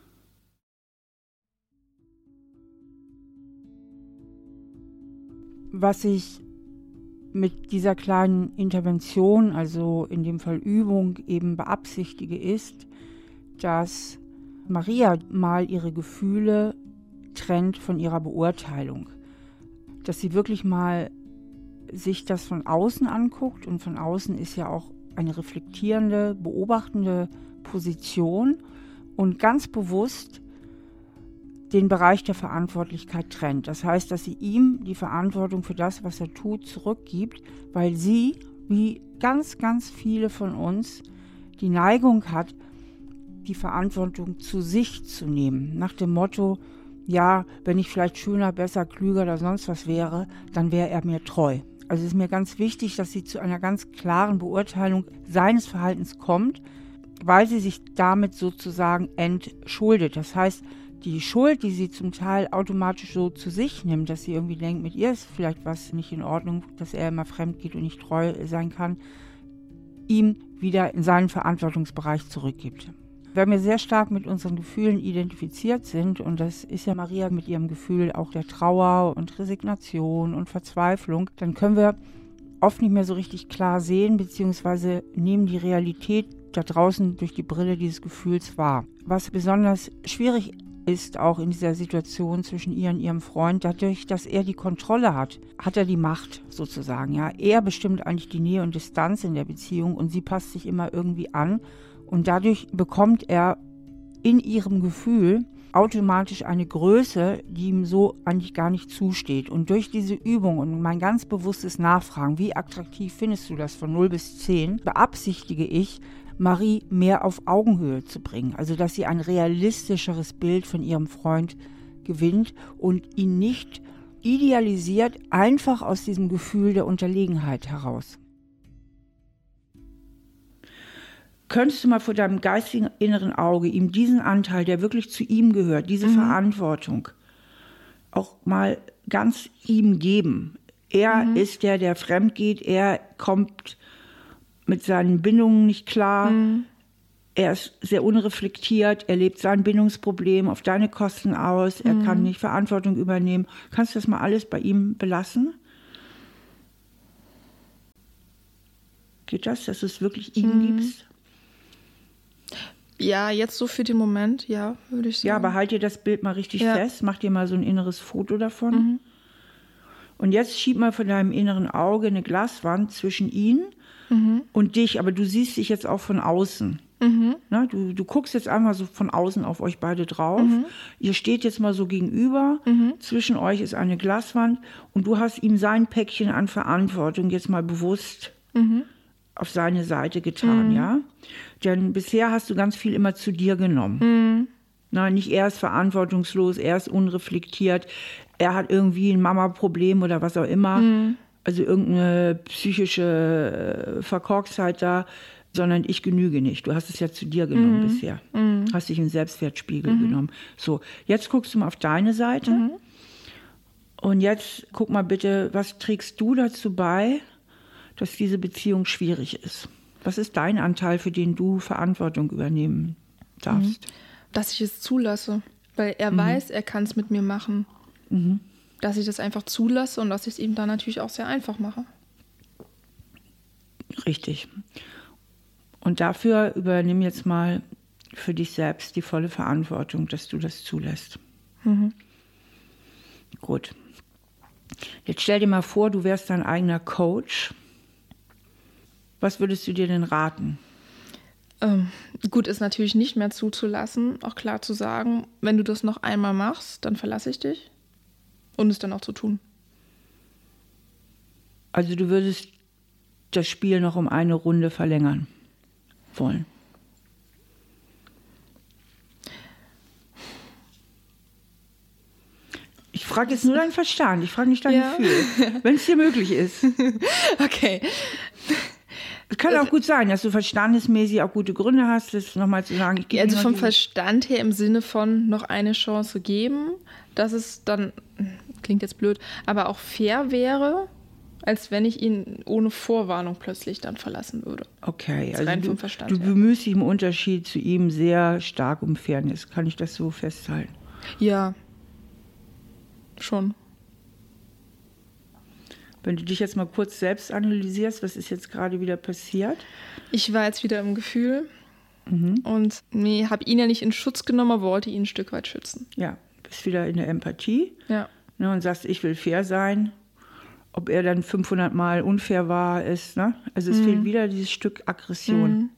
Was ich mit dieser kleinen Intervention, also in dem Fall Übung, eben beabsichtige, ist, dass Maria mal ihre Gefühle trennt von ihrer Beurteilung. Dass sie wirklich mal sich das von außen anguckt, und von außen ist ja auch eine reflektierende, beobachtende Position, und ganz bewusst den Bereich der Verantwortlichkeit trennt. Das heißt, dass sie ihm die Verantwortung für das, was er tut, zurückgibt, weil sie, wie ganz, ganz viele von uns, die Neigung hat, die Verantwortung zu sich zu nehmen. Nach dem Motto, ja, wenn ich vielleicht schöner, besser, klüger oder sonst was wäre, dann wäre er mir treu. Also es ist mir ganz wichtig, dass sie zu einer ganz klaren Beurteilung seines Verhaltens kommt, weil sie sich damit sozusagen entschuldet. Das heißt, die Schuld, die sie zum Teil automatisch so zu sich nimmt, dass sie irgendwie denkt, mit ihr ist vielleicht was nicht in Ordnung, dass er immer fremd geht und nicht treu sein kann, ihm wieder in seinen Verantwortungsbereich zurückgibt. Wenn wir sehr stark mit unseren Gefühlen identifiziert sind, und das ist ja Maria mit ihrem Gefühl auch der Trauer und Resignation und Verzweiflung, dann können wir oft nicht mehr so richtig klar sehen, beziehungsweise nehmen die Realität da draußen durch die Brille dieses Gefühls wahr. Was besonders schwierig ist auch in dieser Situation zwischen ihr und ihrem Freund, dadurch, dass er die Kontrolle hat, hat er die Macht sozusagen. Ja, er bestimmt eigentlich die Nähe und Distanz in der Beziehung, und sie passt sich immer irgendwie an, und dadurch bekommt er in ihrem Gefühl automatisch eine Größe, die ihm so eigentlich gar nicht zusteht. Und durch diese Übung und mein ganz bewusstes Nachfragen, wie attraktiv findest du das von null bis zehn, beabsichtige ich, Marie mehr auf Augenhöhe zu bringen. Also, dass sie ein realistischeres Bild von ihrem Freund gewinnt und ihn nicht idealisiert, einfach aus diesem Gefühl der Unterlegenheit heraus. Könntest du mal vor deinem geistigen inneren Auge ihm diesen Anteil, der wirklich zu ihm gehört, diese mhm. Verantwortung, auch mal ganz ihm geben? Er mhm. ist der, der fremd geht, er kommt mit seinen Bindungen nicht klar, mhm. er ist sehr unreflektiert, er lebt sein Bindungsproblem auf deine Kosten aus, er mhm. kann nicht Verantwortung übernehmen. Kannst du das mal alles bei ihm belassen? Geht das, dass du es wirklich ihm mhm. gibst? Ja, jetzt so für den Moment, ja, würde ich sagen. Ja, aber halt dir das Bild mal richtig ja. fest, mach dir mal so ein inneres Foto davon. Mhm. Und jetzt schieb mal von deinem inneren Auge eine Glaswand zwischen ihn mhm. und dich, aber du siehst dich jetzt auch von außen. Mhm. Na, du, du guckst jetzt einmal so von außen auf euch beide drauf. Mhm. Ihr steht jetzt mal so gegenüber. Mhm. Zwischen euch ist eine Glaswand und du hast ihm sein Päckchen an Verantwortung jetzt mal bewusst mhm. auf seine Seite getan, mhm. ja? Denn bisher hast du ganz viel immer zu dir genommen. Mhm. Na, nicht er ist verantwortungslos, er ist unreflektiert, er hat irgendwie ein Mama-Problem oder was auch immer, mhm. also irgendeine psychische Verkorkstheit da, sondern ich genüge nicht. Du hast es ja zu dir genommen mhm. bisher. Mhm. Hast dich im Selbstwertspiegel mhm. genommen. So, jetzt guckst du mal auf deine Seite mhm. und jetzt guck mal bitte, was trägst du dazu bei, dass diese Beziehung schwierig ist? Was ist dein Anteil, für den du Verantwortung übernehmen darfst? Dass ich es zulasse, weil er mhm. weiß, er kann es mit mir machen. Mhm. Dass ich das einfach zulasse und dass ich es ihm dann natürlich auch sehr einfach mache. Richtig. Und dafür übernimm jetzt mal für dich selbst die volle Verantwortung, dass du das zulässt. Mhm. Gut. Jetzt stell dir mal vor, du wärst dein eigener Coach. Was würdest du dir denn raten? Ähm, gut, ist natürlich nicht mehr zuzulassen, auch klar zu sagen, wenn du das noch einmal machst, dann verlasse ich dich und es dann auch zu tun. Also du würdest das Spiel noch um eine Runde verlängern wollen? Ich frage jetzt nur deinen Verstand, ich frage nicht dein ja. Gefühl, wenn es dir möglich ist. Okay. Es kann auch gut sein, dass du verstandesmäßig auch gute Gründe hast, das nochmal zu sagen. Ich gebe also vom Verstand her im Sinne von noch eine Chance geben, dass es dann, klingt jetzt blöd, aber auch fair wäre, als wenn ich ihn ohne Vorwarnung plötzlich dann verlassen würde. Okay, also rein vom Verstand du, du bemühst dich im Unterschied zu ihm sehr stark um Fairness. Kann ich das so festhalten? Ja, schon. Wenn du dich jetzt mal kurz selbst analysierst, was ist jetzt gerade wieder passiert? Ich war jetzt wieder im Gefühl mhm. und nee, habe ihn ja nicht in Schutz genommen, aber wollte ihn ein Stück weit schützen. Ja, bist wieder in der Empathie ja. ne, und sagst, ich will fair sein. Ob er dann fünfhundert Mal unfair war, ist, ne? Also es mhm. fehlt wieder dieses Stück Aggression. Mhm.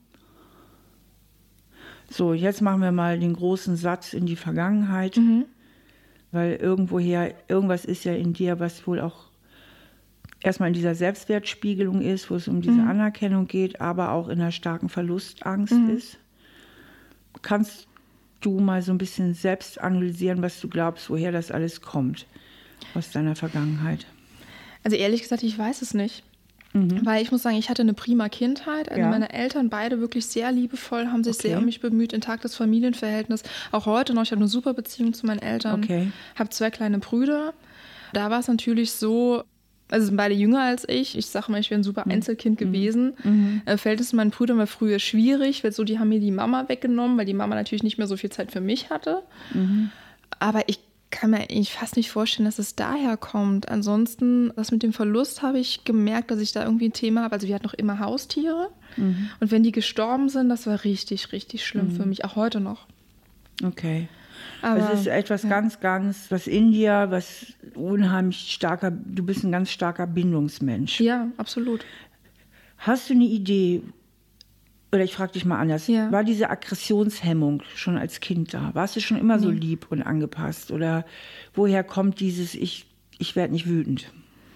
So, jetzt machen wir mal den großen Satz in die Vergangenheit, mhm. weil irgendwoher, irgendwas ist ja in dir, was wohl auch erstmal in dieser Selbstwertspiegelung ist, wo es um diese mhm. Anerkennung geht, aber auch in einer starken Verlustangst mhm. ist. Kannst du mal so ein bisschen selbst analysieren, was du glaubst, woher das alles kommt aus deiner Vergangenheit? Also ehrlich gesagt, ich weiß es nicht. Mhm. Weil ich muss sagen, ich hatte eine prima Kindheit. Also ja. meine Eltern beide wirklich sehr liebevoll, haben sich okay. sehr um mich bemüht, intaktes Familienverhältnis. Auch heute noch, ich habe eine super Beziehung zu meinen Eltern. Okay. Habe zwei kleine Brüder. Da war es natürlich so, also sind beide jünger als ich. Ich sage mal, ich wäre ein super Einzelkind mhm. gewesen. Mhm. Äh, Verhältnis zu meinen Brüdern war früher schwierig, weil so, die haben mir die Mama weggenommen, weil die Mama natürlich nicht mehr so viel Zeit für mich hatte. Mhm. Aber ich kann mir eigentlich fast nicht vorstellen, dass es daher kommt. Ansonsten, das mit dem Verlust habe ich gemerkt, dass ich da irgendwie ein Thema habe. Also wir hatten noch immer Haustiere. Mhm. Und wenn die gestorben sind, das war richtig, richtig schlimm mhm. für mich, auch heute noch. Okay. Aber es ist etwas ja. ganz, ganz, was in dir, was unheimlich starker, du bist ein ganz starker Bindungsmensch. Ja, absolut. Hast du eine Idee, oder ich frage dich mal anders, ja. war diese Aggressionshemmung schon als Kind da? Warst du schon immer nee. so lieb und angepasst? Oder woher kommt dieses, ich, ich werde nicht wütend?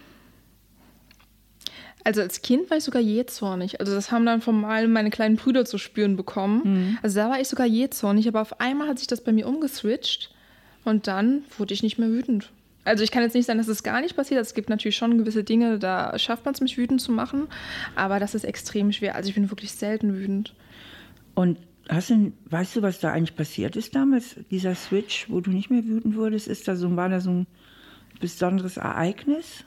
Also als Kind war ich sogar jähzornig. Also das haben dann von mal meine kleinen Brüder zu spüren bekommen. Mhm. Also da war ich sogar jähzornig, aber auf einmal hat sich das bei mir umgeswitcht und dann wurde ich nicht mehr wütend. Also ich kann jetzt nicht sagen, dass es gar nicht passiert. Es gibt natürlich schon gewisse Dinge, da schafft man es, mich wütend zu machen. Aber das ist extrem schwer. Also ich bin wirklich selten wütend. Und hast du, weißt du, was da eigentlich passiert ist damals? Dieser Switch, wo du nicht mehr wütend wurdest, ist da so, war da so ein besonderes Ereignis?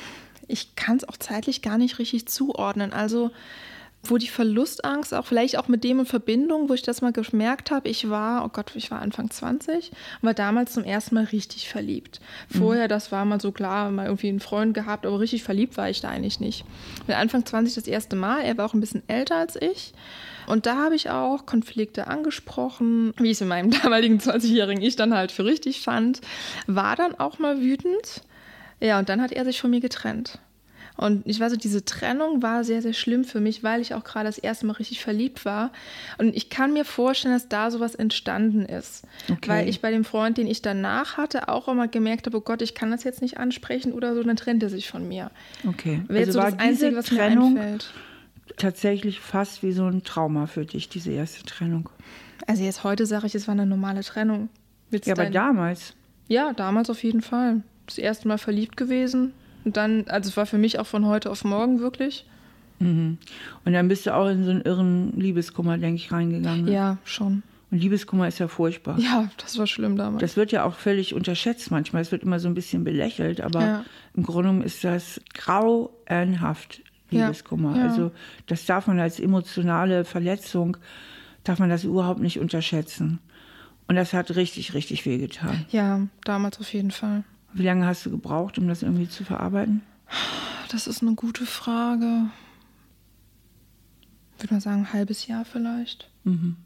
Ich kann es auch zeitlich gar nicht richtig zuordnen. Also wo die Verlustangst auch vielleicht auch mit dem in Verbindung, wo ich das mal gemerkt habe, ich war, oh Gott, ich war Anfang zwanzig und war damals zum ersten Mal richtig verliebt. Vorher, mhm. das war mal so klar, mal irgendwie einen Freund gehabt, aber richtig verliebt war ich da eigentlich nicht. Mit Anfang zwanzig das erste Mal, er war auch ein bisschen älter als ich. Und da habe ich auch Konflikte angesprochen, wie ich es in meinem damaligen zwanzigjährigen Ich dann halt für richtig fand, war dann auch mal wütend. Ja, und dann hat er sich von mir getrennt. Und ich weiß, diese Trennung war sehr, sehr schlimm für mich, weil ich auch gerade das erste Mal richtig verliebt war. Und ich kann mir vorstellen, dass da sowas entstanden ist. Okay. Weil ich bei dem Freund, den ich danach hatte, auch immer gemerkt habe, oh Gott, ich kann das jetzt nicht ansprechen oder so, dann trennt er sich von mir. Okay. Wäre jetzt also so das Einzige, was Trennung mir einfällt. Tatsächlich fast wie so ein Trauma für dich, diese erste Trennung. Also jetzt heute sage ich, es war eine normale Trennung. Willst ja, aber dein... damals? Ja, damals auf jeden Fall. Das erste Mal verliebt gewesen. Und dann, also es war für mich auch von heute auf morgen wirklich. Mhm. Und dann bist du auch in so einen irren Liebeskummer, denke ich, reingegangen. Ja, schon. Und Liebeskummer ist ja furchtbar. Ja, das war schlimm damals. Das wird ja auch völlig unterschätzt manchmal. Es wird immer so ein bisschen belächelt, aber ja. im Grunde genommen ist das grauenhaft, Liebeskummer. Ja. Ja. Also das darf man als emotionale Verletzung, darf man das überhaupt nicht unterschätzen. Und das hat richtig, richtig wehgetan. Ja, damals auf jeden Fall. Wie lange hast du gebraucht, um das irgendwie zu verarbeiten? Das ist eine gute Frage. Ich würde mal sagen, ein halbes Jahr vielleicht. Mhm.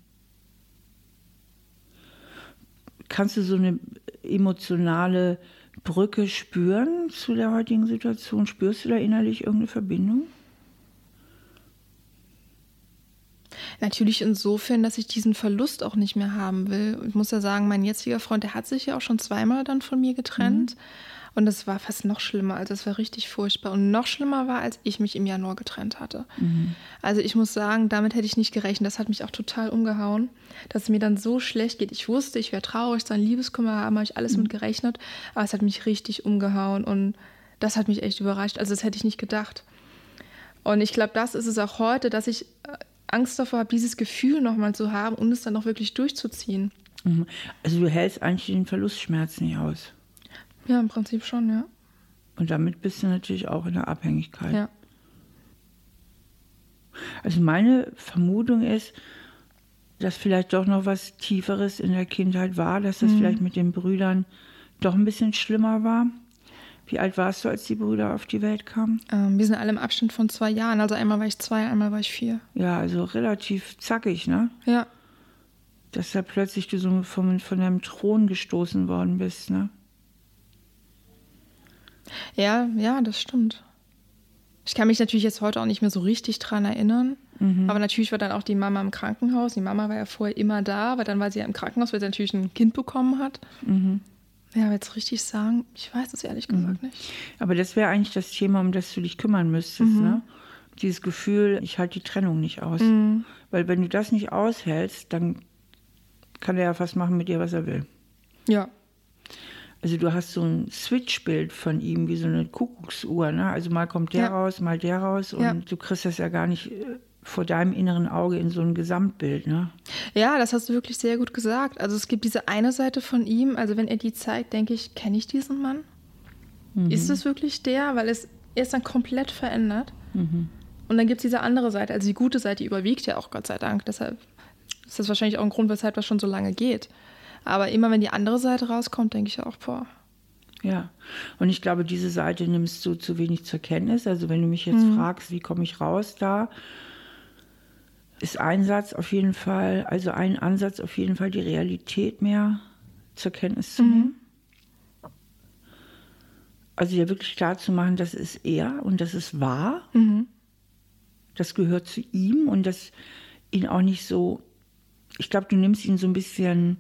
Kannst du so eine emotionale Brücke spüren zu der heutigen Situation? Spürst du da innerlich irgendeine Verbindung? Natürlich insofern, dass ich diesen Verlust auch nicht mehr haben will. Ich muss ja sagen, mein jetziger Freund, der hat sich ja auch schon zweimal dann von mir getrennt. Mhm. Und das war fast noch schlimmer. Also es war richtig furchtbar. Und noch schlimmer war, als ich mich im Januar getrennt hatte. Mhm. Also ich muss sagen, damit hätte ich nicht gerechnet. Das hat mich auch total umgehauen, dass es mir dann so schlecht geht. Ich wusste, ich wäre traurig, sein Liebeskummer haben, habe ich alles mhm. mit gerechnet. Aber es hat mich richtig umgehauen. Und das hat mich echt überrascht. Also das hätte ich nicht gedacht. Und ich glaube, das ist es auch heute, dass ich Angst davor habe, dieses Gefühl nochmal zu haben und es dann auch wirklich durchzuziehen. Also du hältst eigentlich den Verlustschmerz nicht aus? Ja, im Prinzip schon, ja. Und damit bist du natürlich auch in der Abhängigkeit. Ja. Also meine Vermutung ist, dass vielleicht doch noch was Tieferes in der Kindheit war, dass das mhm. vielleicht mit den Brüdern doch ein bisschen schlimmer war. Wie alt warst du, als die Brüder auf die Welt kamen? Ähm, wir sind alle im Abstand von zwei Jahren. Also einmal war ich zwei, einmal war ich vier. Ja, also relativ zackig, ne? Ja. Dass da plötzlich du so von, von deinem Thron gestoßen worden bist, ne? Ja, ja, das stimmt. Ich kann mich natürlich jetzt heute auch nicht mehr so richtig dran erinnern. Mhm. Aber natürlich war dann auch die Mama im Krankenhaus. Die Mama war ja vorher immer da, aber dann war sie ja im Krankenhaus, weil sie natürlich ein Kind bekommen hat. Mhm. Ja, aber jetzt richtig sagen, ich weiß es ehrlich gesagt mhm. nicht. Aber das wäre eigentlich das Thema, um das du dich kümmern müsstest, mhm. ne? Dieses Gefühl, ich halte die Trennung nicht aus. Mhm. Weil wenn du das nicht aushältst, dann kann er ja fast machen mit dir, was er will. Ja. Also du hast so ein Switchbild von ihm, wie so eine Kuckucksuhr, ne? Also mal kommt der ja. raus, mal der raus und ja. du kriegst das ja gar nicht vor deinem inneren Auge in so ein Gesamtbild, ne? Ja, das hast du wirklich sehr gut gesagt. Also es gibt diese eine Seite von ihm, also wenn er die zeigt, denke ich, kenne ich diesen Mann? Mhm. Ist es wirklich der? Weil es, er ist dann komplett verändert. Mhm. Und dann gibt es diese andere Seite, also die gute Seite, die überwiegt ja auch, Gott sei Dank. Deshalb ist das wahrscheinlich auch ein Grund, weshalb das schon so lange geht. Aber immer wenn die andere Seite rauskommt, denke ich auch, boah. Ja, und ich glaube, diese Seite nimmst du zu wenig zur Kenntnis. Also wenn du mich jetzt mhm. fragst, wie komme ich raus da, ist ein Satz auf jeden Fall, also ein Ansatz auf jeden Fall, die Realität mehr zur Kenntnis zu nehmen. Mhm. Also dir wirklich klar zu machen, das ist er und das ist wahr. Mhm. Das gehört zu ihm und das ihn auch nicht so, ich glaube, du nimmst ihn so ein bisschen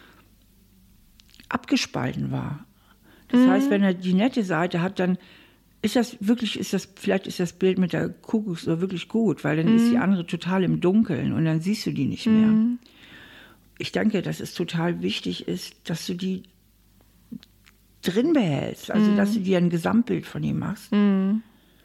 abgespalten wahr. Das mhm. heißt, wenn er die nette Seite hat, dann ist das wirklich, ist das, vielleicht ist das Bild mit der Kuckucksuhr wirklich gut, weil dann mhm. ist die andere total im Dunkeln und dann siehst du die nicht mehr. Mhm. Ich denke, dass es total wichtig ist, dass du die drin behältst, also mhm. dass du dir ein Gesamtbild von ihm machst mhm.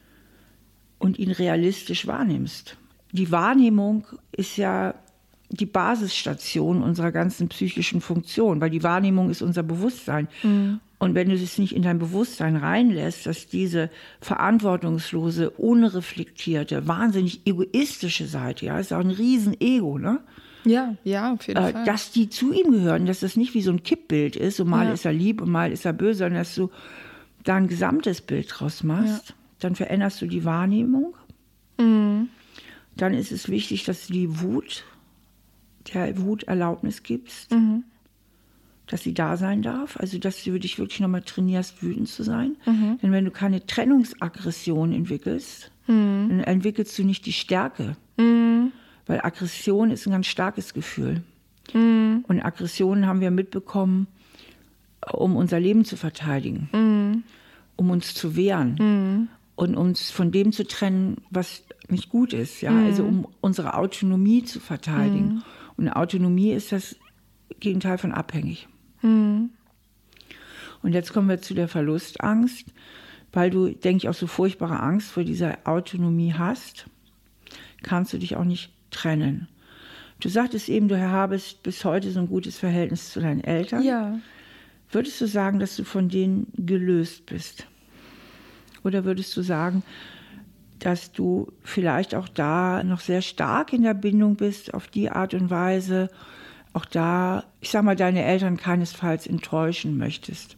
und ihn realistisch wahrnimmst. Die Wahrnehmung ist ja die Basisstation unserer ganzen psychischen Funktion, weil die Wahrnehmung ist unser Bewusstsein. Mhm. Und wenn du es nicht in dein Bewusstsein reinlässt, dass diese verantwortungslose, unreflektierte, wahnsinnig egoistische Seite, ja, ist auch ein Riesen-Ego, ne? Ja, ja, auf jeden äh, Fall. Dass die zu ihm gehören, dass das nicht wie so ein Kippbild ist, so mal ja. ist er lieb und mal ist er böse, sondern dass du da ein gesamtes Bild draus machst, ja. dann veränderst du die Wahrnehmung. Mhm. Dann ist es wichtig, dass du die Wut, der Wut Erlaubnis gibst. Mhm. Dass sie da sein darf, also dass du dich wirklich nochmal trainierst, wütend zu sein. Mhm. Denn wenn du keine Trennungsaggression entwickelst, mhm. dann entwickelst du nicht die Stärke. Mhm. Weil Aggression ist ein ganz starkes Gefühl. Mhm. Und Aggressionen haben wir mitbekommen, um unser Leben zu verteidigen, mhm. um uns zu wehren mhm. und uns von dem zu trennen, was nicht gut ist. Ja? Mhm. Also um unsere Autonomie zu verteidigen. Mhm. Und Autonomie ist das Gegenteil von abhängig. Mhm. Und jetzt kommen wir zu der Verlustangst, weil du, denke ich, auch so furchtbare Angst vor dieser Autonomie hast, kannst du dich auch nicht trennen. Du sagtest eben, du habest bis heute so ein gutes Verhältnis zu deinen Eltern. Ja. Würdest du sagen, dass du von denen gelöst bist? Oder würdest du sagen, dass du vielleicht auch da noch sehr stark in der Bindung bist, auf die Art und Weise, auch da, ich sag mal, deine Eltern keinesfalls enttäuschen möchtest?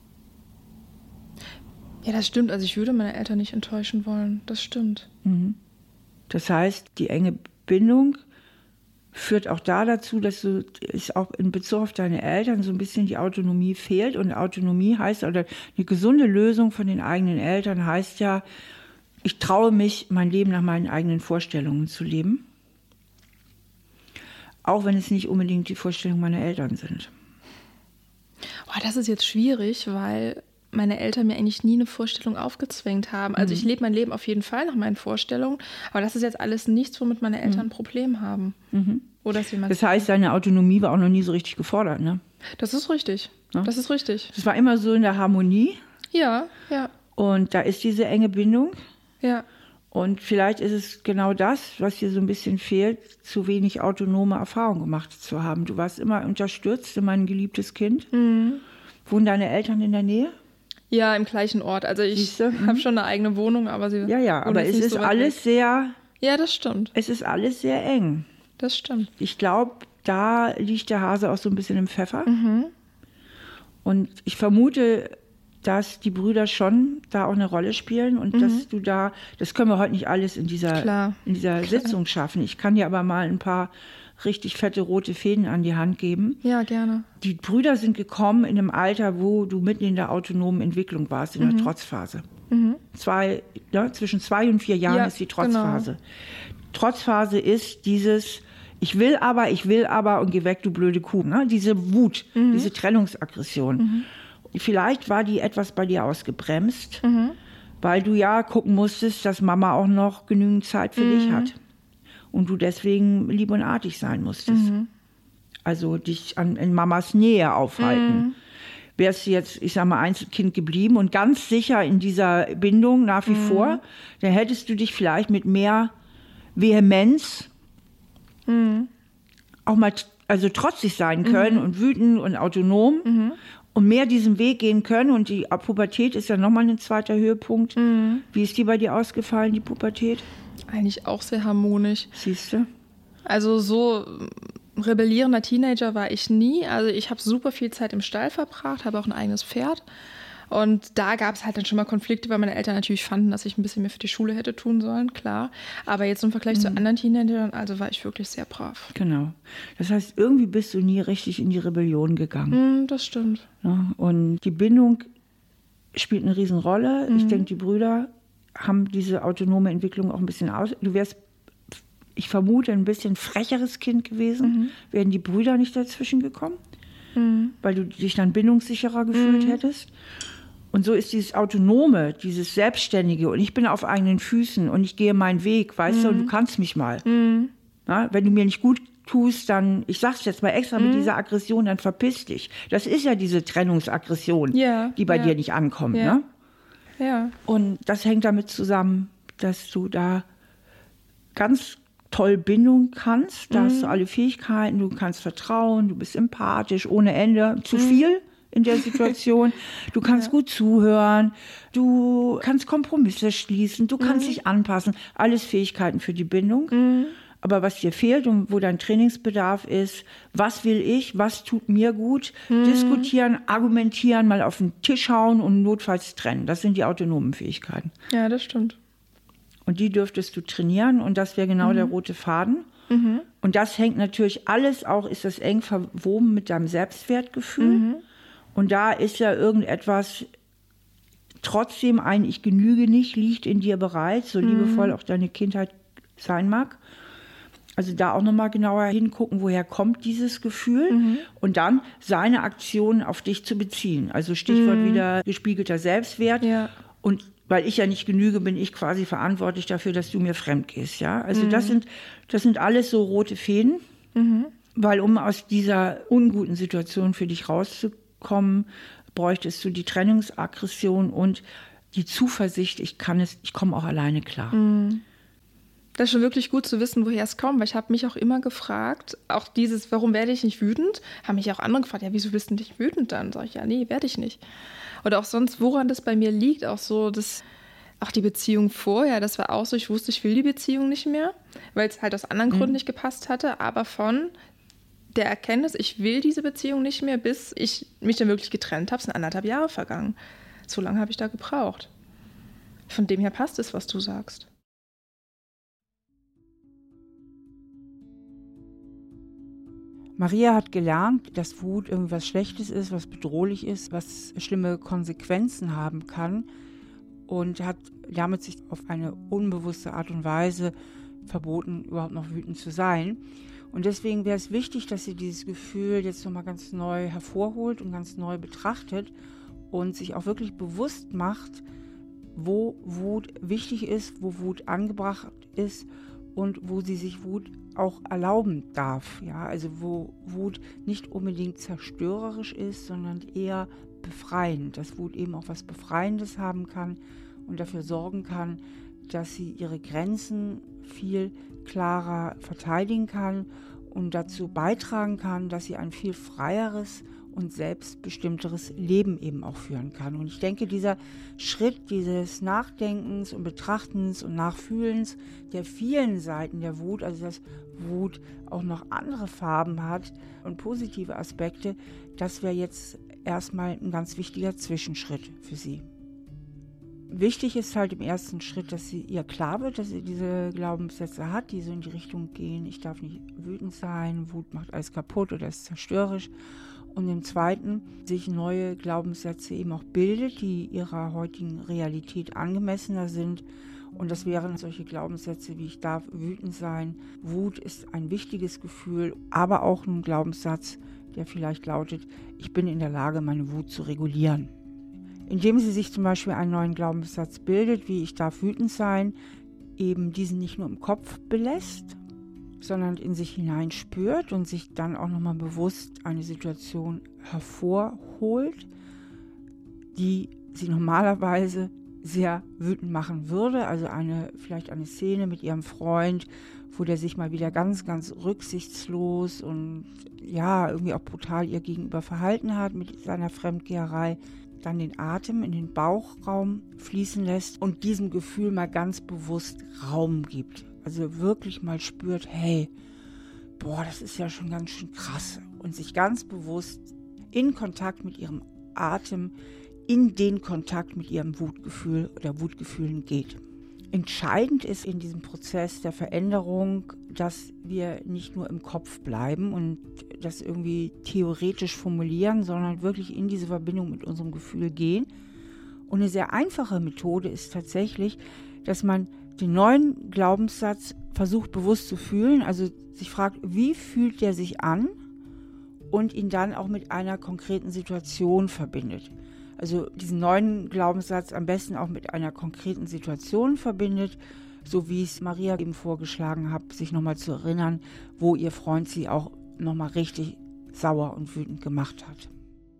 Ja, das stimmt. Also ich würde meine Eltern nicht enttäuschen wollen. Das stimmt. Mhm. Das heißt, die enge Bindung führt auch da dazu, dass du, ist auch in Bezug auf deine Eltern so ein bisschen die Autonomie fehlt. Und Autonomie heißt, oder eine gesunde Lösung von den eigenen Eltern heißt ja, ich traue mich, mein Leben nach meinen eigenen Vorstellungen zu leben. Auch wenn es nicht unbedingt die Vorstellungen meiner Eltern sind. Oh, das ist jetzt schwierig, weil meine Eltern mir eigentlich nie eine Vorstellung aufgezwängt haben. Also mhm. ich lebe mein Leben auf jeden Fall nach meinen Vorstellungen, aber das ist jetzt alles nichts, womit meine Eltern mhm. ein Problem haben. Mhm. Oder das heißt, deine Autonomie war auch noch nie so richtig gefordert, ne? Das ist richtig. Ja? Das ist richtig. Das war immer so in der Harmonie. Ja, ja. Und da ist diese enge Bindung. Ja. Und vielleicht ist es genau das, was dir so ein bisschen fehlt, zu wenig autonome Erfahrung gemacht zu haben. Du warst immer unterstützt, immer ein geliebtes Kind. Mhm. Wohnen deine Eltern in der Nähe? Ja, im gleichen Ort. Also ich mhm. habe schon eine eigene Wohnung, aber sie Ja, ja, aber es ist so alles weg. sehr... Ja, das stimmt. Es ist alles sehr eng. Das stimmt. Ich glaube, da liegt der Hase auch so ein bisschen im Pfeffer. Mhm. Und ich vermute, dass die Brüder schon da auch eine Rolle spielen und mhm. dass du da, das können wir heute nicht alles in dieser, Klar. in dieser Klar. Sitzung schaffen. Ich kann dir aber mal ein paar richtig fette rote Fäden an die Hand geben. Ja, gerne. Die Brüder sind gekommen in einem Alter, wo du mitten in der autonomen Entwicklung warst, in mhm. der Trotzphase. Mhm. Zwei, ja, zwischen zwei und vier Jahren ja, ist die Trotzphase. Genau. Trotzphase ist dieses Ich will aber, ich will aber und geh weg, du blöde Kuh. Ne? Diese Wut, mhm. diese Trennungsaggression. Mhm. Vielleicht war die etwas bei dir ausgebremst, mhm. weil du ja gucken musstest, dass Mama auch noch genügend Zeit für mhm. dich hat. Und du deswegen lieb und artig sein musstest. Mhm. Also dich an, in Mamas Nähe aufhalten. Mhm. Wärst du jetzt, ich sag mal, Einzelkind geblieben und ganz sicher in dieser Bindung nach wie mhm. vor, dann hättest du dich vielleicht mit mehr Vehemenz mhm. auch mal also trotzig sein können mhm. und wütend und autonom mhm. und mehr diesen Weg gehen können. Und die Pubertät ist ja nochmal ein zweiter Höhepunkt. Mhm. Wie ist die bei dir ausgefallen, die Pubertät? Eigentlich auch sehr harmonisch. Siehst du? Also so rebellierender Teenager war ich nie. Also ich habe super viel Zeit im Stall verbracht, habe auch ein eigenes Pferd. Und da gab es halt dann schon mal Konflikte, weil meine Eltern natürlich fanden, dass ich ein bisschen mehr für die Schule hätte tun sollen, klar. Aber jetzt im Vergleich mhm. zu anderen Teenagern, also war ich wirklich sehr brav. Genau. Das heißt, irgendwie bist du nie richtig in die Rebellion gegangen. Mhm, das stimmt. Ja, und die Bindung spielt eine Riesenrolle. Mhm. Ich denke, die Brüder haben diese autonome Entwicklung auch ein bisschen aus. Du wärst, ich vermute, ein bisschen frecheres Kind gewesen, mhm. wären die Brüder nicht dazwischen gekommen, mhm. weil du dich dann bindungssicherer gefühlt mhm. hättest. Und so ist dieses Autonome, dieses Selbstständige und ich bin auf eigenen Füßen und ich gehe meinen Weg, weißt mhm. du, und du kannst mich mal. Mhm. Na, wenn du mir nicht gut tust, dann, ich sag's jetzt mal extra mhm. mit dieser Aggression, dann verpiss dich. Das ist ja diese Trennungsaggression, ja, die bei ja. dir nicht ankommt. Ja. Ne? Ja. Und das hängt damit zusammen, dass du da ganz toll Bindung kannst, da mhm. hast du alle Fähigkeiten, du kannst vertrauen, du bist empathisch ohne Ende, zu mhm. viel in der Situation. Du kannst ja. gut zuhören, du kannst Kompromisse schließen, du kannst mhm. dich anpassen. Alles Fähigkeiten für die Bindung. Mhm. Aber was dir fehlt und wo dein Trainingsbedarf ist, was will ich, was tut mir gut, mhm. diskutieren, argumentieren, mal auf den Tisch hauen und notfalls trennen. Das sind die autonomen Fähigkeiten. Ja, das stimmt. Und die dürftest du trainieren und das wäre genau mhm. der rote Faden. Mhm. Und das hängt natürlich alles auch, ist das eng verwoben mit deinem Selbstwertgefühl. Mhm. Und da ist ja irgendetwas, trotzdem ein Ich genüge nicht, liegt in dir bereits, so mhm. liebevoll auch deine Kindheit sein mag. Also da auch nochmal genauer hingucken, woher kommt dieses Gefühl mhm. und dann seine Aktionen auf dich zu beziehen. Also Stichwort mhm. wieder gespiegelter Selbstwert. Ja. Und weil ich ja nicht genüge, bin ich quasi verantwortlich dafür, dass du mir fremd gehst. Ja? Also mhm. das sind, das sind alles so rote Fäden, mhm. weil um aus dieser unguten Situation für dich rauszukommen, bräuchtest du die Trennungsaggression und die Zuversicht, ich kann es, ich komme auch alleine klar. Mhm. Das ist schon wirklich gut zu wissen, woher es kommt, weil ich habe mich auch immer gefragt, auch dieses, warum werde ich nicht wütend, haben mich auch andere gefragt, ja, wieso bist du nicht wütend dann? Sag ich, ja, nee, werde ich nicht. Oder auch sonst, woran das bei mir liegt, auch so, das, auch die Beziehung vorher, das war auch so, ich wusste, ich will die Beziehung nicht mehr, weil es halt aus anderen mhm. Gründen nicht gepasst hatte, aber von der Erkenntnis, ich will diese Beziehung nicht mehr, bis ich mich dann wirklich getrennt habe, sind anderthalb Jahre vergangen. So lange habe ich da gebraucht. Von dem her passt es, was du sagst. Maria hat gelernt, dass Wut irgendwas Schlechtes ist, was bedrohlich ist, was schlimme Konsequenzen haben kann und hat damit sich auf eine unbewusste Art und Weise verboten, überhaupt noch wütend zu sein. Und deswegen wäre es wichtig, dass sie dieses Gefühl jetzt nochmal ganz neu hervorholt und ganz neu betrachtet und sich auch wirklich bewusst macht, wo Wut wichtig ist, wo Wut angebracht ist und wo sie sich Wut auch erlauben darf. Ja? Also wo Wut nicht unbedingt zerstörerisch ist, sondern eher befreiend. Dass Wut eben auch was Befreiendes haben kann und dafür sorgen kann, dass sie ihre Grenzen viel klarer verteidigen kann und dazu beitragen kann, dass sie ein viel freieres und selbstbestimmteres Leben eben auch führen kann. Und ich denke, dieser Schritt dieses Nachdenkens und Betrachtens und Nachfühlens der vielen Seiten der Wut, also dass Wut auch noch andere Farben hat und positive Aspekte, das wäre jetzt erstmal ein ganz wichtiger Zwischenschritt für sie. Wichtig ist halt im ersten Schritt, dass sie ihr klar wird, dass sie diese Glaubenssätze hat, die so in die Richtung gehen, ich darf nicht wütend sein, Wut macht alles kaputt oder ist zerstörerisch. Und im zweiten sich neue Glaubenssätze eben auch bildet, die ihrer heutigen Realität angemessener sind. Und das wären solche Glaubenssätze wie ich darf wütend sein. Wut ist ein wichtiges Gefühl, aber auch ein Glaubenssatz, der vielleicht lautet, ich bin in der Lage, meine Wut zu regulieren. Indem sie sich zum Beispiel einen neuen Glaubenssatz bildet, wie ich darf wütend sein, eben diesen nicht nur im Kopf belässt, sondern in sich hineinspürt und sich dann auch nochmal bewusst eine Situation hervorholt, die sie normalerweise sehr wütend machen würde. Also eine, vielleicht eine Szene mit ihrem Freund, wo der sich mal wieder ganz, ganz rücksichtslos und ja, irgendwie auch brutal ihr gegenüber verhalten hat mit seiner Fremdgeherei, dann den Atem in den Bauchraum fließen lässt und diesem Gefühl mal ganz bewusst Raum gibt. Also wirklich mal spürt, hey, boah, das ist ja schon ganz schön krass. Und sich ganz bewusst in Kontakt mit ihrem Atem, in den Kontakt mit ihrem Wutgefühl oder Wutgefühlen geht. Entscheidend ist in diesem Prozess der Veränderung, dass wir nicht nur im Kopf bleiben und das irgendwie theoretisch formulieren, sondern wirklich in diese Verbindung mit unserem Gefühl gehen. Und eine sehr einfache Methode ist tatsächlich, dass man den neuen Glaubenssatz versucht bewusst zu fühlen, also sich fragt, wie fühlt der sich an und ihn dann auch mit einer konkreten Situation verbindet. Also diesen neuen Glaubenssatz am besten auch mit einer konkreten Situation verbindet, so wie es Maria eben vorgeschlagen hat, sich nochmal zu erinnern, wo ihr Freund sie auch nochmal richtig sauer und wütend gemacht hat.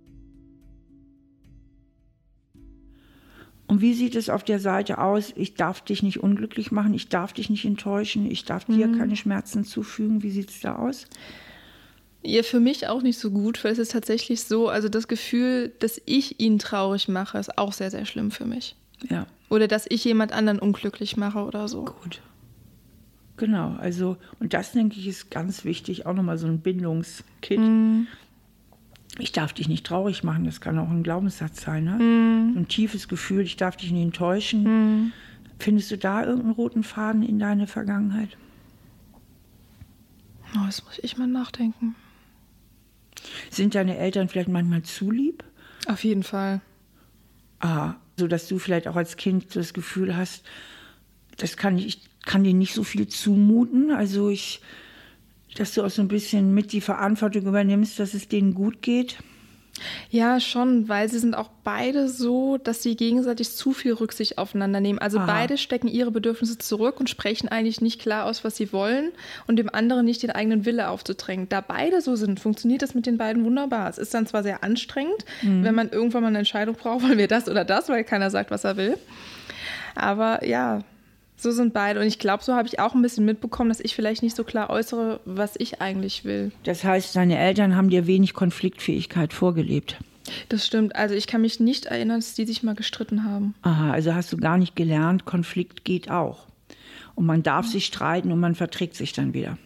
Und wie sieht es auf der Seite aus? Ich darf dich nicht unglücklich machen, ich darf dich nicht enttäuschen, ich darf dir mhm. keine Schmerzen zufügen. Wie sieht es da aus? Ja, für mich auch nicht so gut, weil es ist tatsächlich so, also das Gefühl, dass ich ihn traurig mache, ist auch sehr, sehr schlimm für mich. Ja. Oder dass ich jemand anderen unglücklich mache oder so. Gut. Genau, also, und das, denke ich, ist ganz wichtig, auch nochmal so ein Bindungskit. Mm. Ich darf dich nicht traurig machen, das kann auch ein Glaubenssatz sein, ne? Mm. So ein tiefes Gefühl, ich darf dich nicht enttäuschen. Mm. Findest du da irgendeinen roten Faden in deine Vergangenheit? Oh, das muss ich mal nachdenken. Sind deine Eltern vielleicht manchmal zu lieb? Auf jeden Fall. Ah, so dass du vielleicht auch als Kind das Gefühl hast, das kann ich, ich kann dir nicht so viel zumuten. Also ich, dass du auch so ein bisschen mit die Verantwortung übernimmst, dass es denen gut geht. Ja, schon, weil sie sind auch beide so, dass sie gegenseitig zu viel Rücksicht aufeinander nehmen. Also Aha. beide stecken ihre Bedürfnisse zurück und sprechen eigentlich nicht klar aus, was sie wollen und dem anderen nicht den eigenen Wille aufzudrängen. Da beide so sind, funktioniert das mit den beiden wunderbar. Es ist dann zwar sehr anstrengend, mhm. wenn man irgendwann mal eine Entscheidung braucht, wollen wir das oder das, weil keiner sagt, was er will. Aber ja, so sind beide. Und ich glaube, so habe ich auch ein bisschen mitbekommen, dass ich vielleicht nicht so klar äußere, was ich eigentlich will. Das heißt, deine Eltern haben dir wenig Konfliktfähigkeit vorgelebt? Das stimmt. Also ich kann mich nicht erinnern, dass die sich mal gestritten haben. Aha, also hast du gar nicht gelernt, Konflikt geht auch. Und man darf sich streiten und man verträgt sich dann wieder.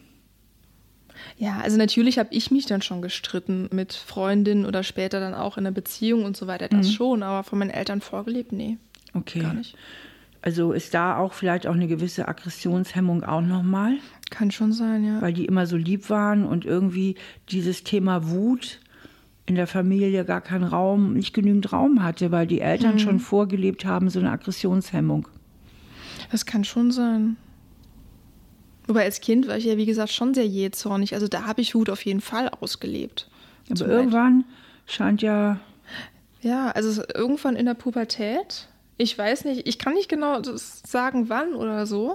Ja, also natürlich habe ich mich dann schon gestritten mit Freundinnen oder später dann auch in einer Beziehung und so weiter. Das mhm. schon, aber von meinen Eltern vorgelebt, nee. Okay. Gar nicht. Also ist da auch vielleicht auch eine gewisse Aggressionshemmung auch nochmal? Kann schon sein, ja. Weil die immer so lieb waren und irgendwie dieses Thema Wut in der Familie gar keinen Raum, nicht genügend Raum hatte, weil die Eltern mhm. schon vorgelebt haben, so eine Aggressionshemmung. Das kann schon sein. Wobei als Kind war ich ja, wie gesagt, schon sehr jähzornig. Also da habe ich Wut auf jeden Fall ausgelebt. Aber irgendwann scheint ja... Ja, also irgendwann in der Pubertät... Ich weiß nicht, ich kann nicht genau sagen, wann oder so.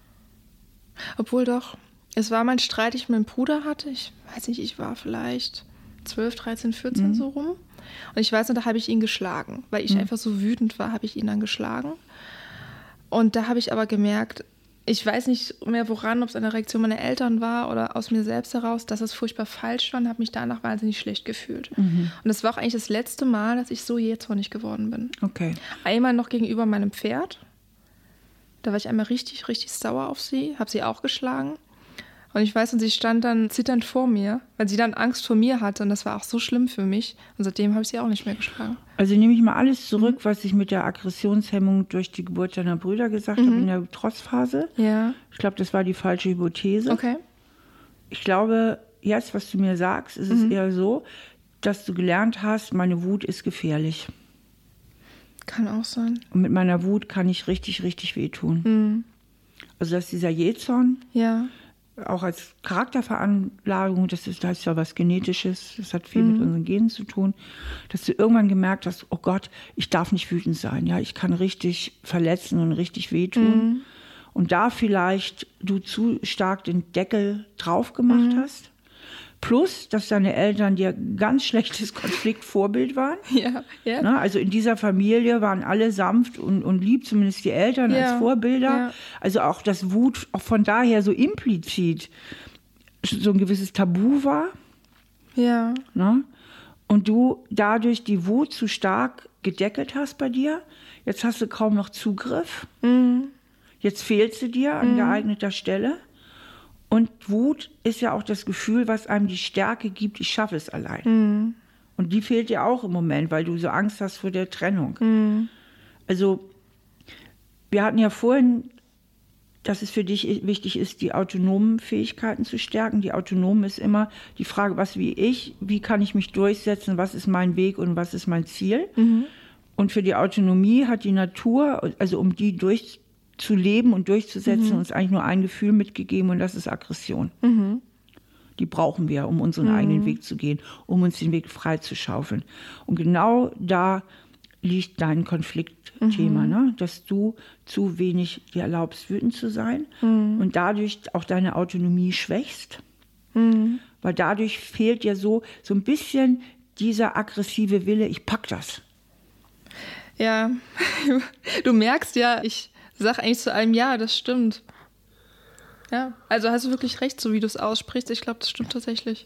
Obwohl doch, es war mein Streit, den ich mit meinem Bruder hatte. Ich weiß nicht, ich war vielleicht zwölf, dreizehn, vierzehn mhm. so rum. Und ich weiß noch, da habe ich ihn geschlagen. Weil ich mhm. einfach so wütend war, habe ich ihn dann geschlagen. Und da habe ich aber gemerkt, ich weiß nicht mehr woran, ob es eine Reaktion meiner Eltern war oder aus mir selbst heraus, dass es furchtbar falsch war und habe mich danach wahnsinnig schlecht gefühlt. Mhm. Und das war auch eigentlich das letzte Mal, dass ich so jähzornig geworden bin. Okay. Einmal noch gegenüber meinem Pferd. Da war ich einmal richtig, richtig sauer auf sie, habe sie auch geschlagen. Und ich weiß, und sie stand dann zitternd vor mir, weil sie dann Angst vor mir hatte. Und das war auch so schlimm für mich. Und seitdem habe ich sie auch nicht mehr geschlagen. Also nehme ich mal alles zurück, mhm. was ich mit der Aggressionshemmung durch die Geburt deiner Brüder gesagt mhm. habe in der Trotzphase. Ja. Ich glaube, das war die falsche Hypothese. Okay. Ich glaube, jetzt, was du mir sagst, ist mhm. es eher so, dass du gelernt hast, meine Wut ist gefährlich. Kann auch sein. Und mit meiner Wut kann ich richtig, richtig wehtun. Mhm. Also dass dieser Jähzorn, ja. auch als Charakterveranlagung, das ist, das ist ja was Genetisches, das hat viel mhm. mit unseren Genen zu tun, dass du irgendwann gemerkt hast, oh Gott, ich darf nicht wütend sein, ja, ich kann richtig verletzen und richtig wehtun. Mhm. Und da vielleicht du zu stark den Deckel drauf gemacht mhm. hast. Plus, dass deine Eltern dir ganz schlechtes Konfliktvorbild waren. Ja, ja. Na, also in dieser Familie waren alle sanft und, und lieb, zumindest die Eltern ja, als Vorbilder. Ja. Also auch, dass Wut auch von daher so implizit so ein gewisses Tabu war. Ja. Na? Und du dadurch die Wut zu stark gedeckelt hast bei dir. Jetzt hast du kaum noch Zugriff. Mhm. Jetzt fehlt sie dir an mhm. geeigneter Stelle. Und Wut ist ja auch das Gefühl, was einem die Stärke gibt, ich schaffe es allein. Mhm. Und die fehlt dir auch im Moment, weil du so Angst hast vor der Trennung. Mhm. Also wir hatten ja vorhin, dass es für dich wichtig ist, die autonomen Fähigkeiten zu stärken. Die autonomen ist immer die Frage, was wie ich, wie kann ich mich durchsetzen, was ist mein Weg und was ist mein Ziel. Mhm. Und für die Autonomie hat die Natur, also um die durchzusetzen, zu leben und durchzusetzen, mhm. uns eigentlich nur ein Gefühl mitgegeben und das ist Aggression. Mhm. Die brauchen wir, um unseren mhm. eigenen Weg zu gehen, um uns den Weg frei zu schaufeln. Und genau da liegt dein Konfliktthema, mhm. ne? Dass du zu wenig dir erlaubst, wütend zu sein mhm. und dadurch auch deine Autonomie schwächst. Mhm. Weil dadurch fehlt dir so, so ein bisschen dieser aggressive Wille, ich pack das. Ja, du merkst ja, ich sag eigentlich zu allem ja, das stimmt. Ja, also hast du wirklich recht, so wie du es aussprichst. Ich glaube, das stimmt tatsächlich.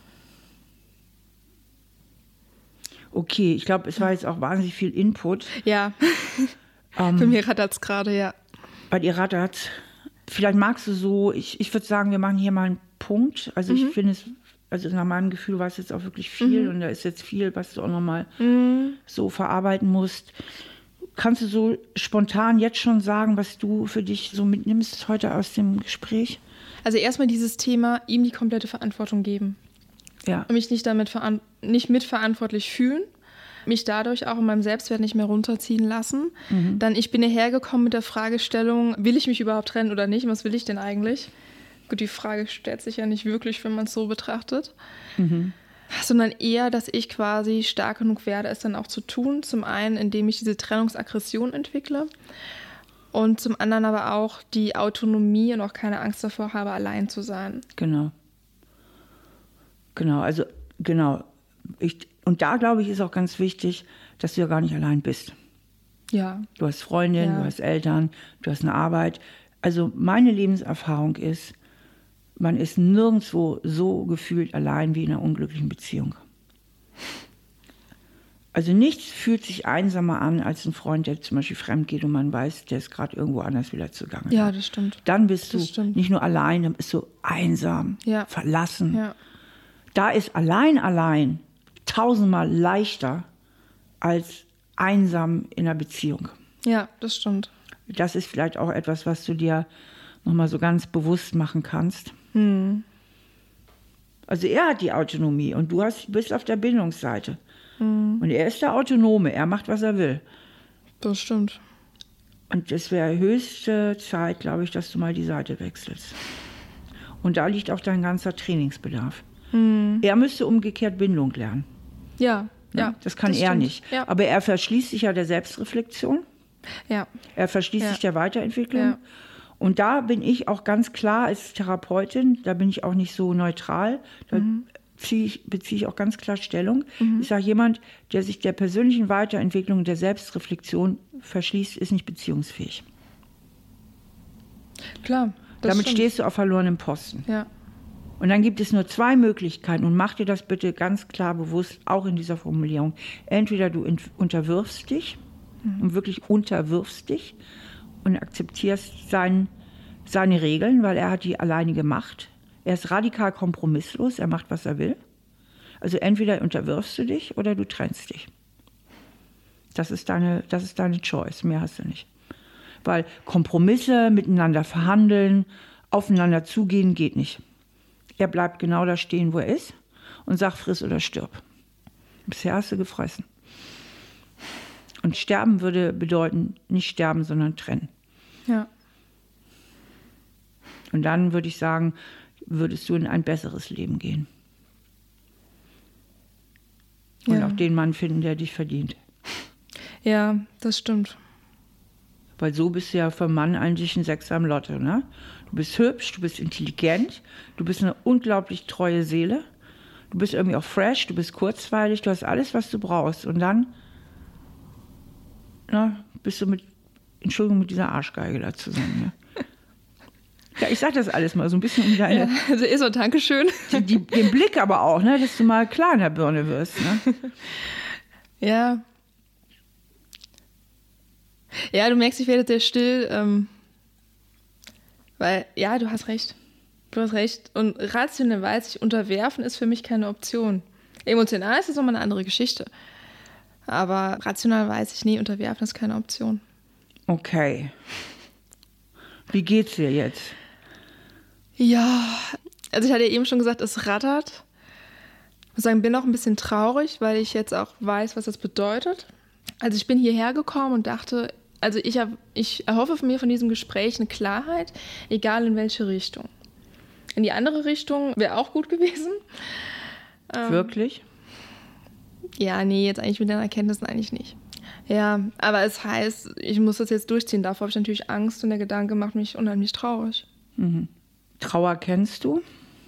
Okay, ich glaube, es war jetzt auch wahnsinnig viel Input. Ja, ähm, für mich rattert es gerade, ja. Bei dir rattert. Vielleicht magst du so, ich, ich würde sagen, wir machen hier mal einen Punkt. Also mhm. ich finde es, also nach meinem Gefühl war es jetzt auch wirklich viel mhm. und da ist jetzt viel, was du auch nochmal mhm. so verarbeiten musst. Kannst du so spontan jetzt schon sagen, was du für dich so mitnimmst heute aus dem Gespräch? Also erstmal dieses Thema, ihm die komplette Verantwortung geben. Ja. Und mich nicht damit veran- nicht mitverantwortlich fühlen, mich dadurch auch in meinem Selbstwert nicht mehr runterziehen lassen. Mhm. Dann, ich bin hierher gekommen mit der Fragestellung, will ich mich überhaupt trennen oder nicht? Was will ich denn eigentlich? Gut, die Frage stellt sich ja nicht wirklich, wenn man es so betrachtet. Mhm. Sondern eher, dass ich quasi stark genug werde, es dann auch zu tun. Zum einen, indem ich diese Trennungsaggression entwickle und zum anderen aber auch die Autonomie und auch keine Angst davor habe, allein zu sein. Genau. Genau, also genau. Ich, und da, glaube ich, ist auch ganz wichtig, dass du ja gar nicht allein bist. Ja. Du hast Freundin, ja. du hast Eltern, du hast eine Arbeit. Also meine Lebenserfahrung ist, man ist nirgendwo so gefühlt allein wie in einer unglücklichen Beziehung. Also nichts fühlt sich einsamer an als ein Freund, der zum Beispiel fremd geht und man weiß, der ist gerade irgendwo anders wieder zugange. Ja, das stimmt. Dann bist du das stimmt. nicht nur allein, dann bist du einsam, ja. verlassen. Ja. Da ist allein, allein tausendmal leichter als einsam in einer Beziehung. Ja, das stimmt. Das ist vielleicht auch etwas, was du dir nochmal so ganz bewusst machen kannst. Hm. Also er hat die Autonomie und du hast, bist auf der Bindungsseite. Hm. Und er ist der Autonome, er macht, was er will. Das stimmt. Und es wäre höchste Zeit, glaube ich, dass du mal die Seite wechselst. Und da liegt auch dein ganzer Trainingsbedarf. Hm. Er müsste umgekehrt Bindung lernen. Ja, ja. ja das kann das er stimmt. nicht. Ja. Aber er verschließt sich ja der Selbstreflexion. Ja. Er verschließt ja. sich der Weiterentwicklung. Ja. Und da bin ich auch ganz klar als Therapeutin, da bin ich auch nicht so neutral, da mhm. ziehe ich, beziehe ich auch ganz klar Stellung. Mhm. Ich sage, jemand, der sich der persönlichen Weiterentwicklung, der Selbstreflexion verschließt, ist nicht beziehungsfähig. Klar. Damit stimmt. stehst du auf verlorenem Posten. Ja. Und dann gibt es nur zwei Möglichkeiten und mach dir das bitte ganz klar bewusst, auch in dieser Formulierung. Entweder du unterwirfst dich mhm. und wirklich unterwirfst dich und akzeptierst sein, seine Regeln, weil er hat die alleinige Macht Er ist radikal kompromisslos, er macht, was er will. Also entweder unterwirfst du dich oder du trennst dich. Das ist deine, das ist deine Choice, mehr hast du nicht. Weil Kompromisse, miteinander verhandeln, aufeinander zugehen, geht nicht. Er bleibt genau da stehen, wo er ist und sagt, friss oder stirb. Bisher hast du gefressen. Und sterben würde bedeuten, nicht sterben, sondern trennen. Ja. Und dann würde ich sagen, würdest du in ein besseres Leben gehen. Und Ja. auch den Mann finden, der dich verdient. Ja, das stimmt. Weil so bist du ja vom Mann eigentlich ein Sechser im Lotto, ne? Du bist hübsch, du bist intelligent, du bist eine unglaublich treue Seele, du bist irgendwie auch fresh, du bist kurzweilig, du hast alles, was du brauchst. Und dann na, bist du mit, Entschuldigung, mit dieser Arschgeige da zusammen, ne? Ja, ich sag das alles mal so ein bisschen um deine... Ja, also ist so, Dankeschön. Die, die, den Blick aber auch, ne, dass du mal klar in der Birne wirst, ne? Ja. Ja, du merkst, ich werde sehr still, ähm, weil, ja, du hast recht. Du hast recht. Und rationell weiß ich, unterwerfen ist für mich keine Option. Emotional ist das nochmal eine andere Geschichte. Aber rational weiß ich, nee, unterwerfen ist keine Option. Okay. Wie geht's dir jetzt? Ja, also ich hatte ja eben schon gesagt, es rattert. Ich muss sagen, bin auch ein bisschen traurig, weil ich jetzt auch weiß, was das bedeutet. Also ich bin hierher gekommen und dachte, also ich, hab, ich erhoffe von mir von diesem Gespräch eine Klarheit, egal in welche Richtung. In die andere Richtung wäre auch gut gewesen. Ähm, Wirklich? Ja, nee, jetzt eigentlich mit den Erkenntnissen eigentlich nicht. Ja, aber es heißt, ich muss das jetzt durchziehen. Davor habe ich natürlich Angst und der Gedanke macht mich unheimlich traurig. Mhm. Trauer kennst du?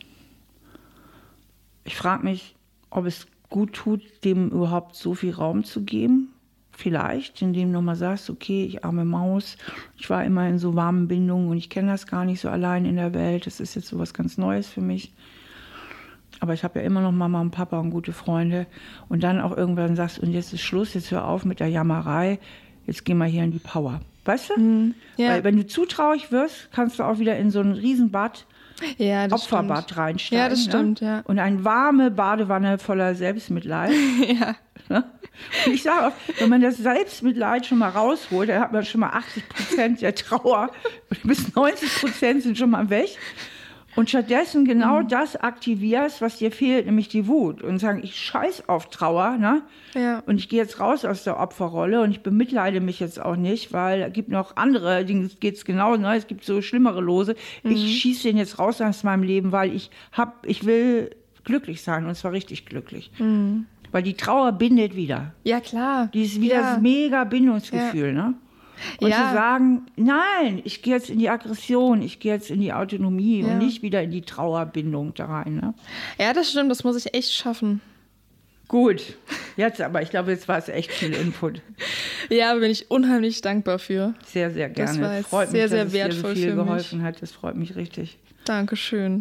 Ich frage mich, ob es gut tut, dem überhaupt so viel Raum zu geben. Vielleicht, indem du mal sagst, okay, ich arme Maus, ich war immer in so warmen Bindungen und ich kenne das gar nicht so allein in der Welt. Das ist jetzt so was ganz Neues für mich. Aber ich habe ja immer noch Mama und Papa und gute Freunde. Und dann auch irgendwann sagst, und jetzt ist Schluss, jetzt hör auf mit der Jammerei, jetzt geh mal hier in die Power. Weißt du? Mhm, ja. Weil wenn du zu traurig wirst, kannst du auch wieder in so ein Riesenbad, Ja, das Opferbad stimmt. reinsteigen. Ja, das stimmt, ne? ja. Und eine warme Badewanne voller Selbstmitleid. Ja. Ne? Und ich sage auch, wenn man das Selbstmitleid schon mal rausholt, dann hat man schon mal achtzig Prozent der Trauer bis neunzig Prozent sind schon mal weg. Und stattdessen genau mhm. das aktivierst, was dir fehlt, nämlich die Wut. Und sagen, ich scheiß auf Trauer, ne? Ja. Und ich gehe jetzt raus aus der Opferrolle und ich bemitleide mich jetzt auch nicht, weil es gibt noch andere, denen geht es genau, ne? Es gibt so schlimmere Lose. Mhm. Ich schieße den jetzt raus aus meinem Leben, weil ich hab, ich will glücklich sein und zwar richtig glücklich. Mhm. Weil die Trauer bindet wieder. Ja, klar. Die ist wieder ja. das mega Bindungsgefühl, ja. ne? Und ja. zu sagen, nein, ich gehe jetzt in die Aggression, ich gehe jetzt in die Autonomie ja. und nicht wieder in die Trauerbindung da rein. Ne? Ja, das stimmt, das muss ich echt schaffen. Gut, jetzt aber, ich glaube, jetzt war es echt viel Input. Ja, bin ich unheimlich dankbar für. Sehr, sehr gerne. Das war Es freut sehr, mich, sehr dass wertvoll es dir so viel für geholfen mich. hat. Das freut mich richtig. Dankeschön.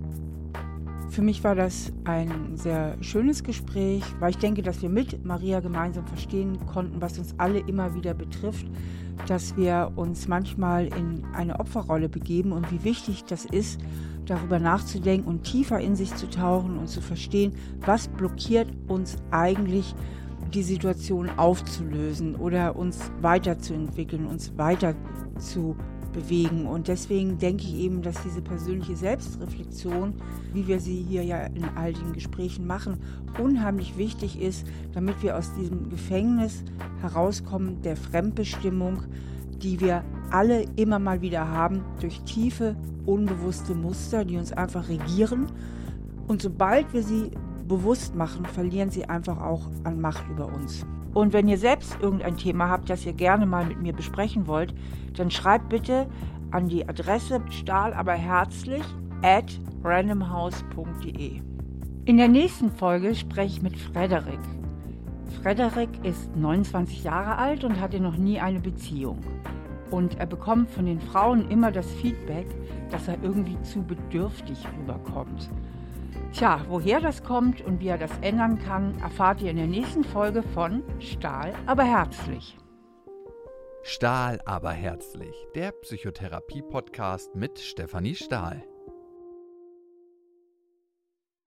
Für mich war das ein sehr schönes Gespräch, weil ich denke, dass wir mit Maria gemeinsam verstehen konnten, was uns alle immer wieder betrifft, dass wir uns manchmal in eine Opferrolle begeben und wie wichtig das ist, darüber nachzudenken und tiefer in sich zu tauchen und zu verstehen, was blockiert uns eigentlich, die Situation aufzulösen oder uns weiterzuentwickeln, uns weiter zu bewegen. Und deswegen denke ich eben, dass diese persönliche Selbstreflexion, wie wir sie hier ja in all den Gesprächen machen, unheimlich wichtig ist, damit wir aus diesem Gefängnis herauskommen der Fremdbestimmung, die wir alle immer mal wieder haben, durch tiefe, unbewusste Muster, die uns einfach regieren. Und sobald wir sie bewusst machen, verlieren sie einfach auch an Macht über uns. Und wenn ihr selbst irgendein Thema habt, das ihr gerne mal mit mir besprechen wollt, dann schreibt bitte an die Adresse stahlaberherzlich at randomhouse punkt de. In der nächsten Folge spreche ich mit Frederik. Frederik ist neunundzwanzig Jahre alt und hatte noch nie eine Beziehung. Und er bekommt von den Frauen immer das Feedback, dass er irgendwie zu bedürftig rüberkommt. Tja, woher das kommt und wie er das ändern kann, erfahrt ihr in der nächsten Folge von Stahl, aber herzlich. Stahl, aber herzlich, der Psychotherapie-Podcast mit Stefanie Stahl.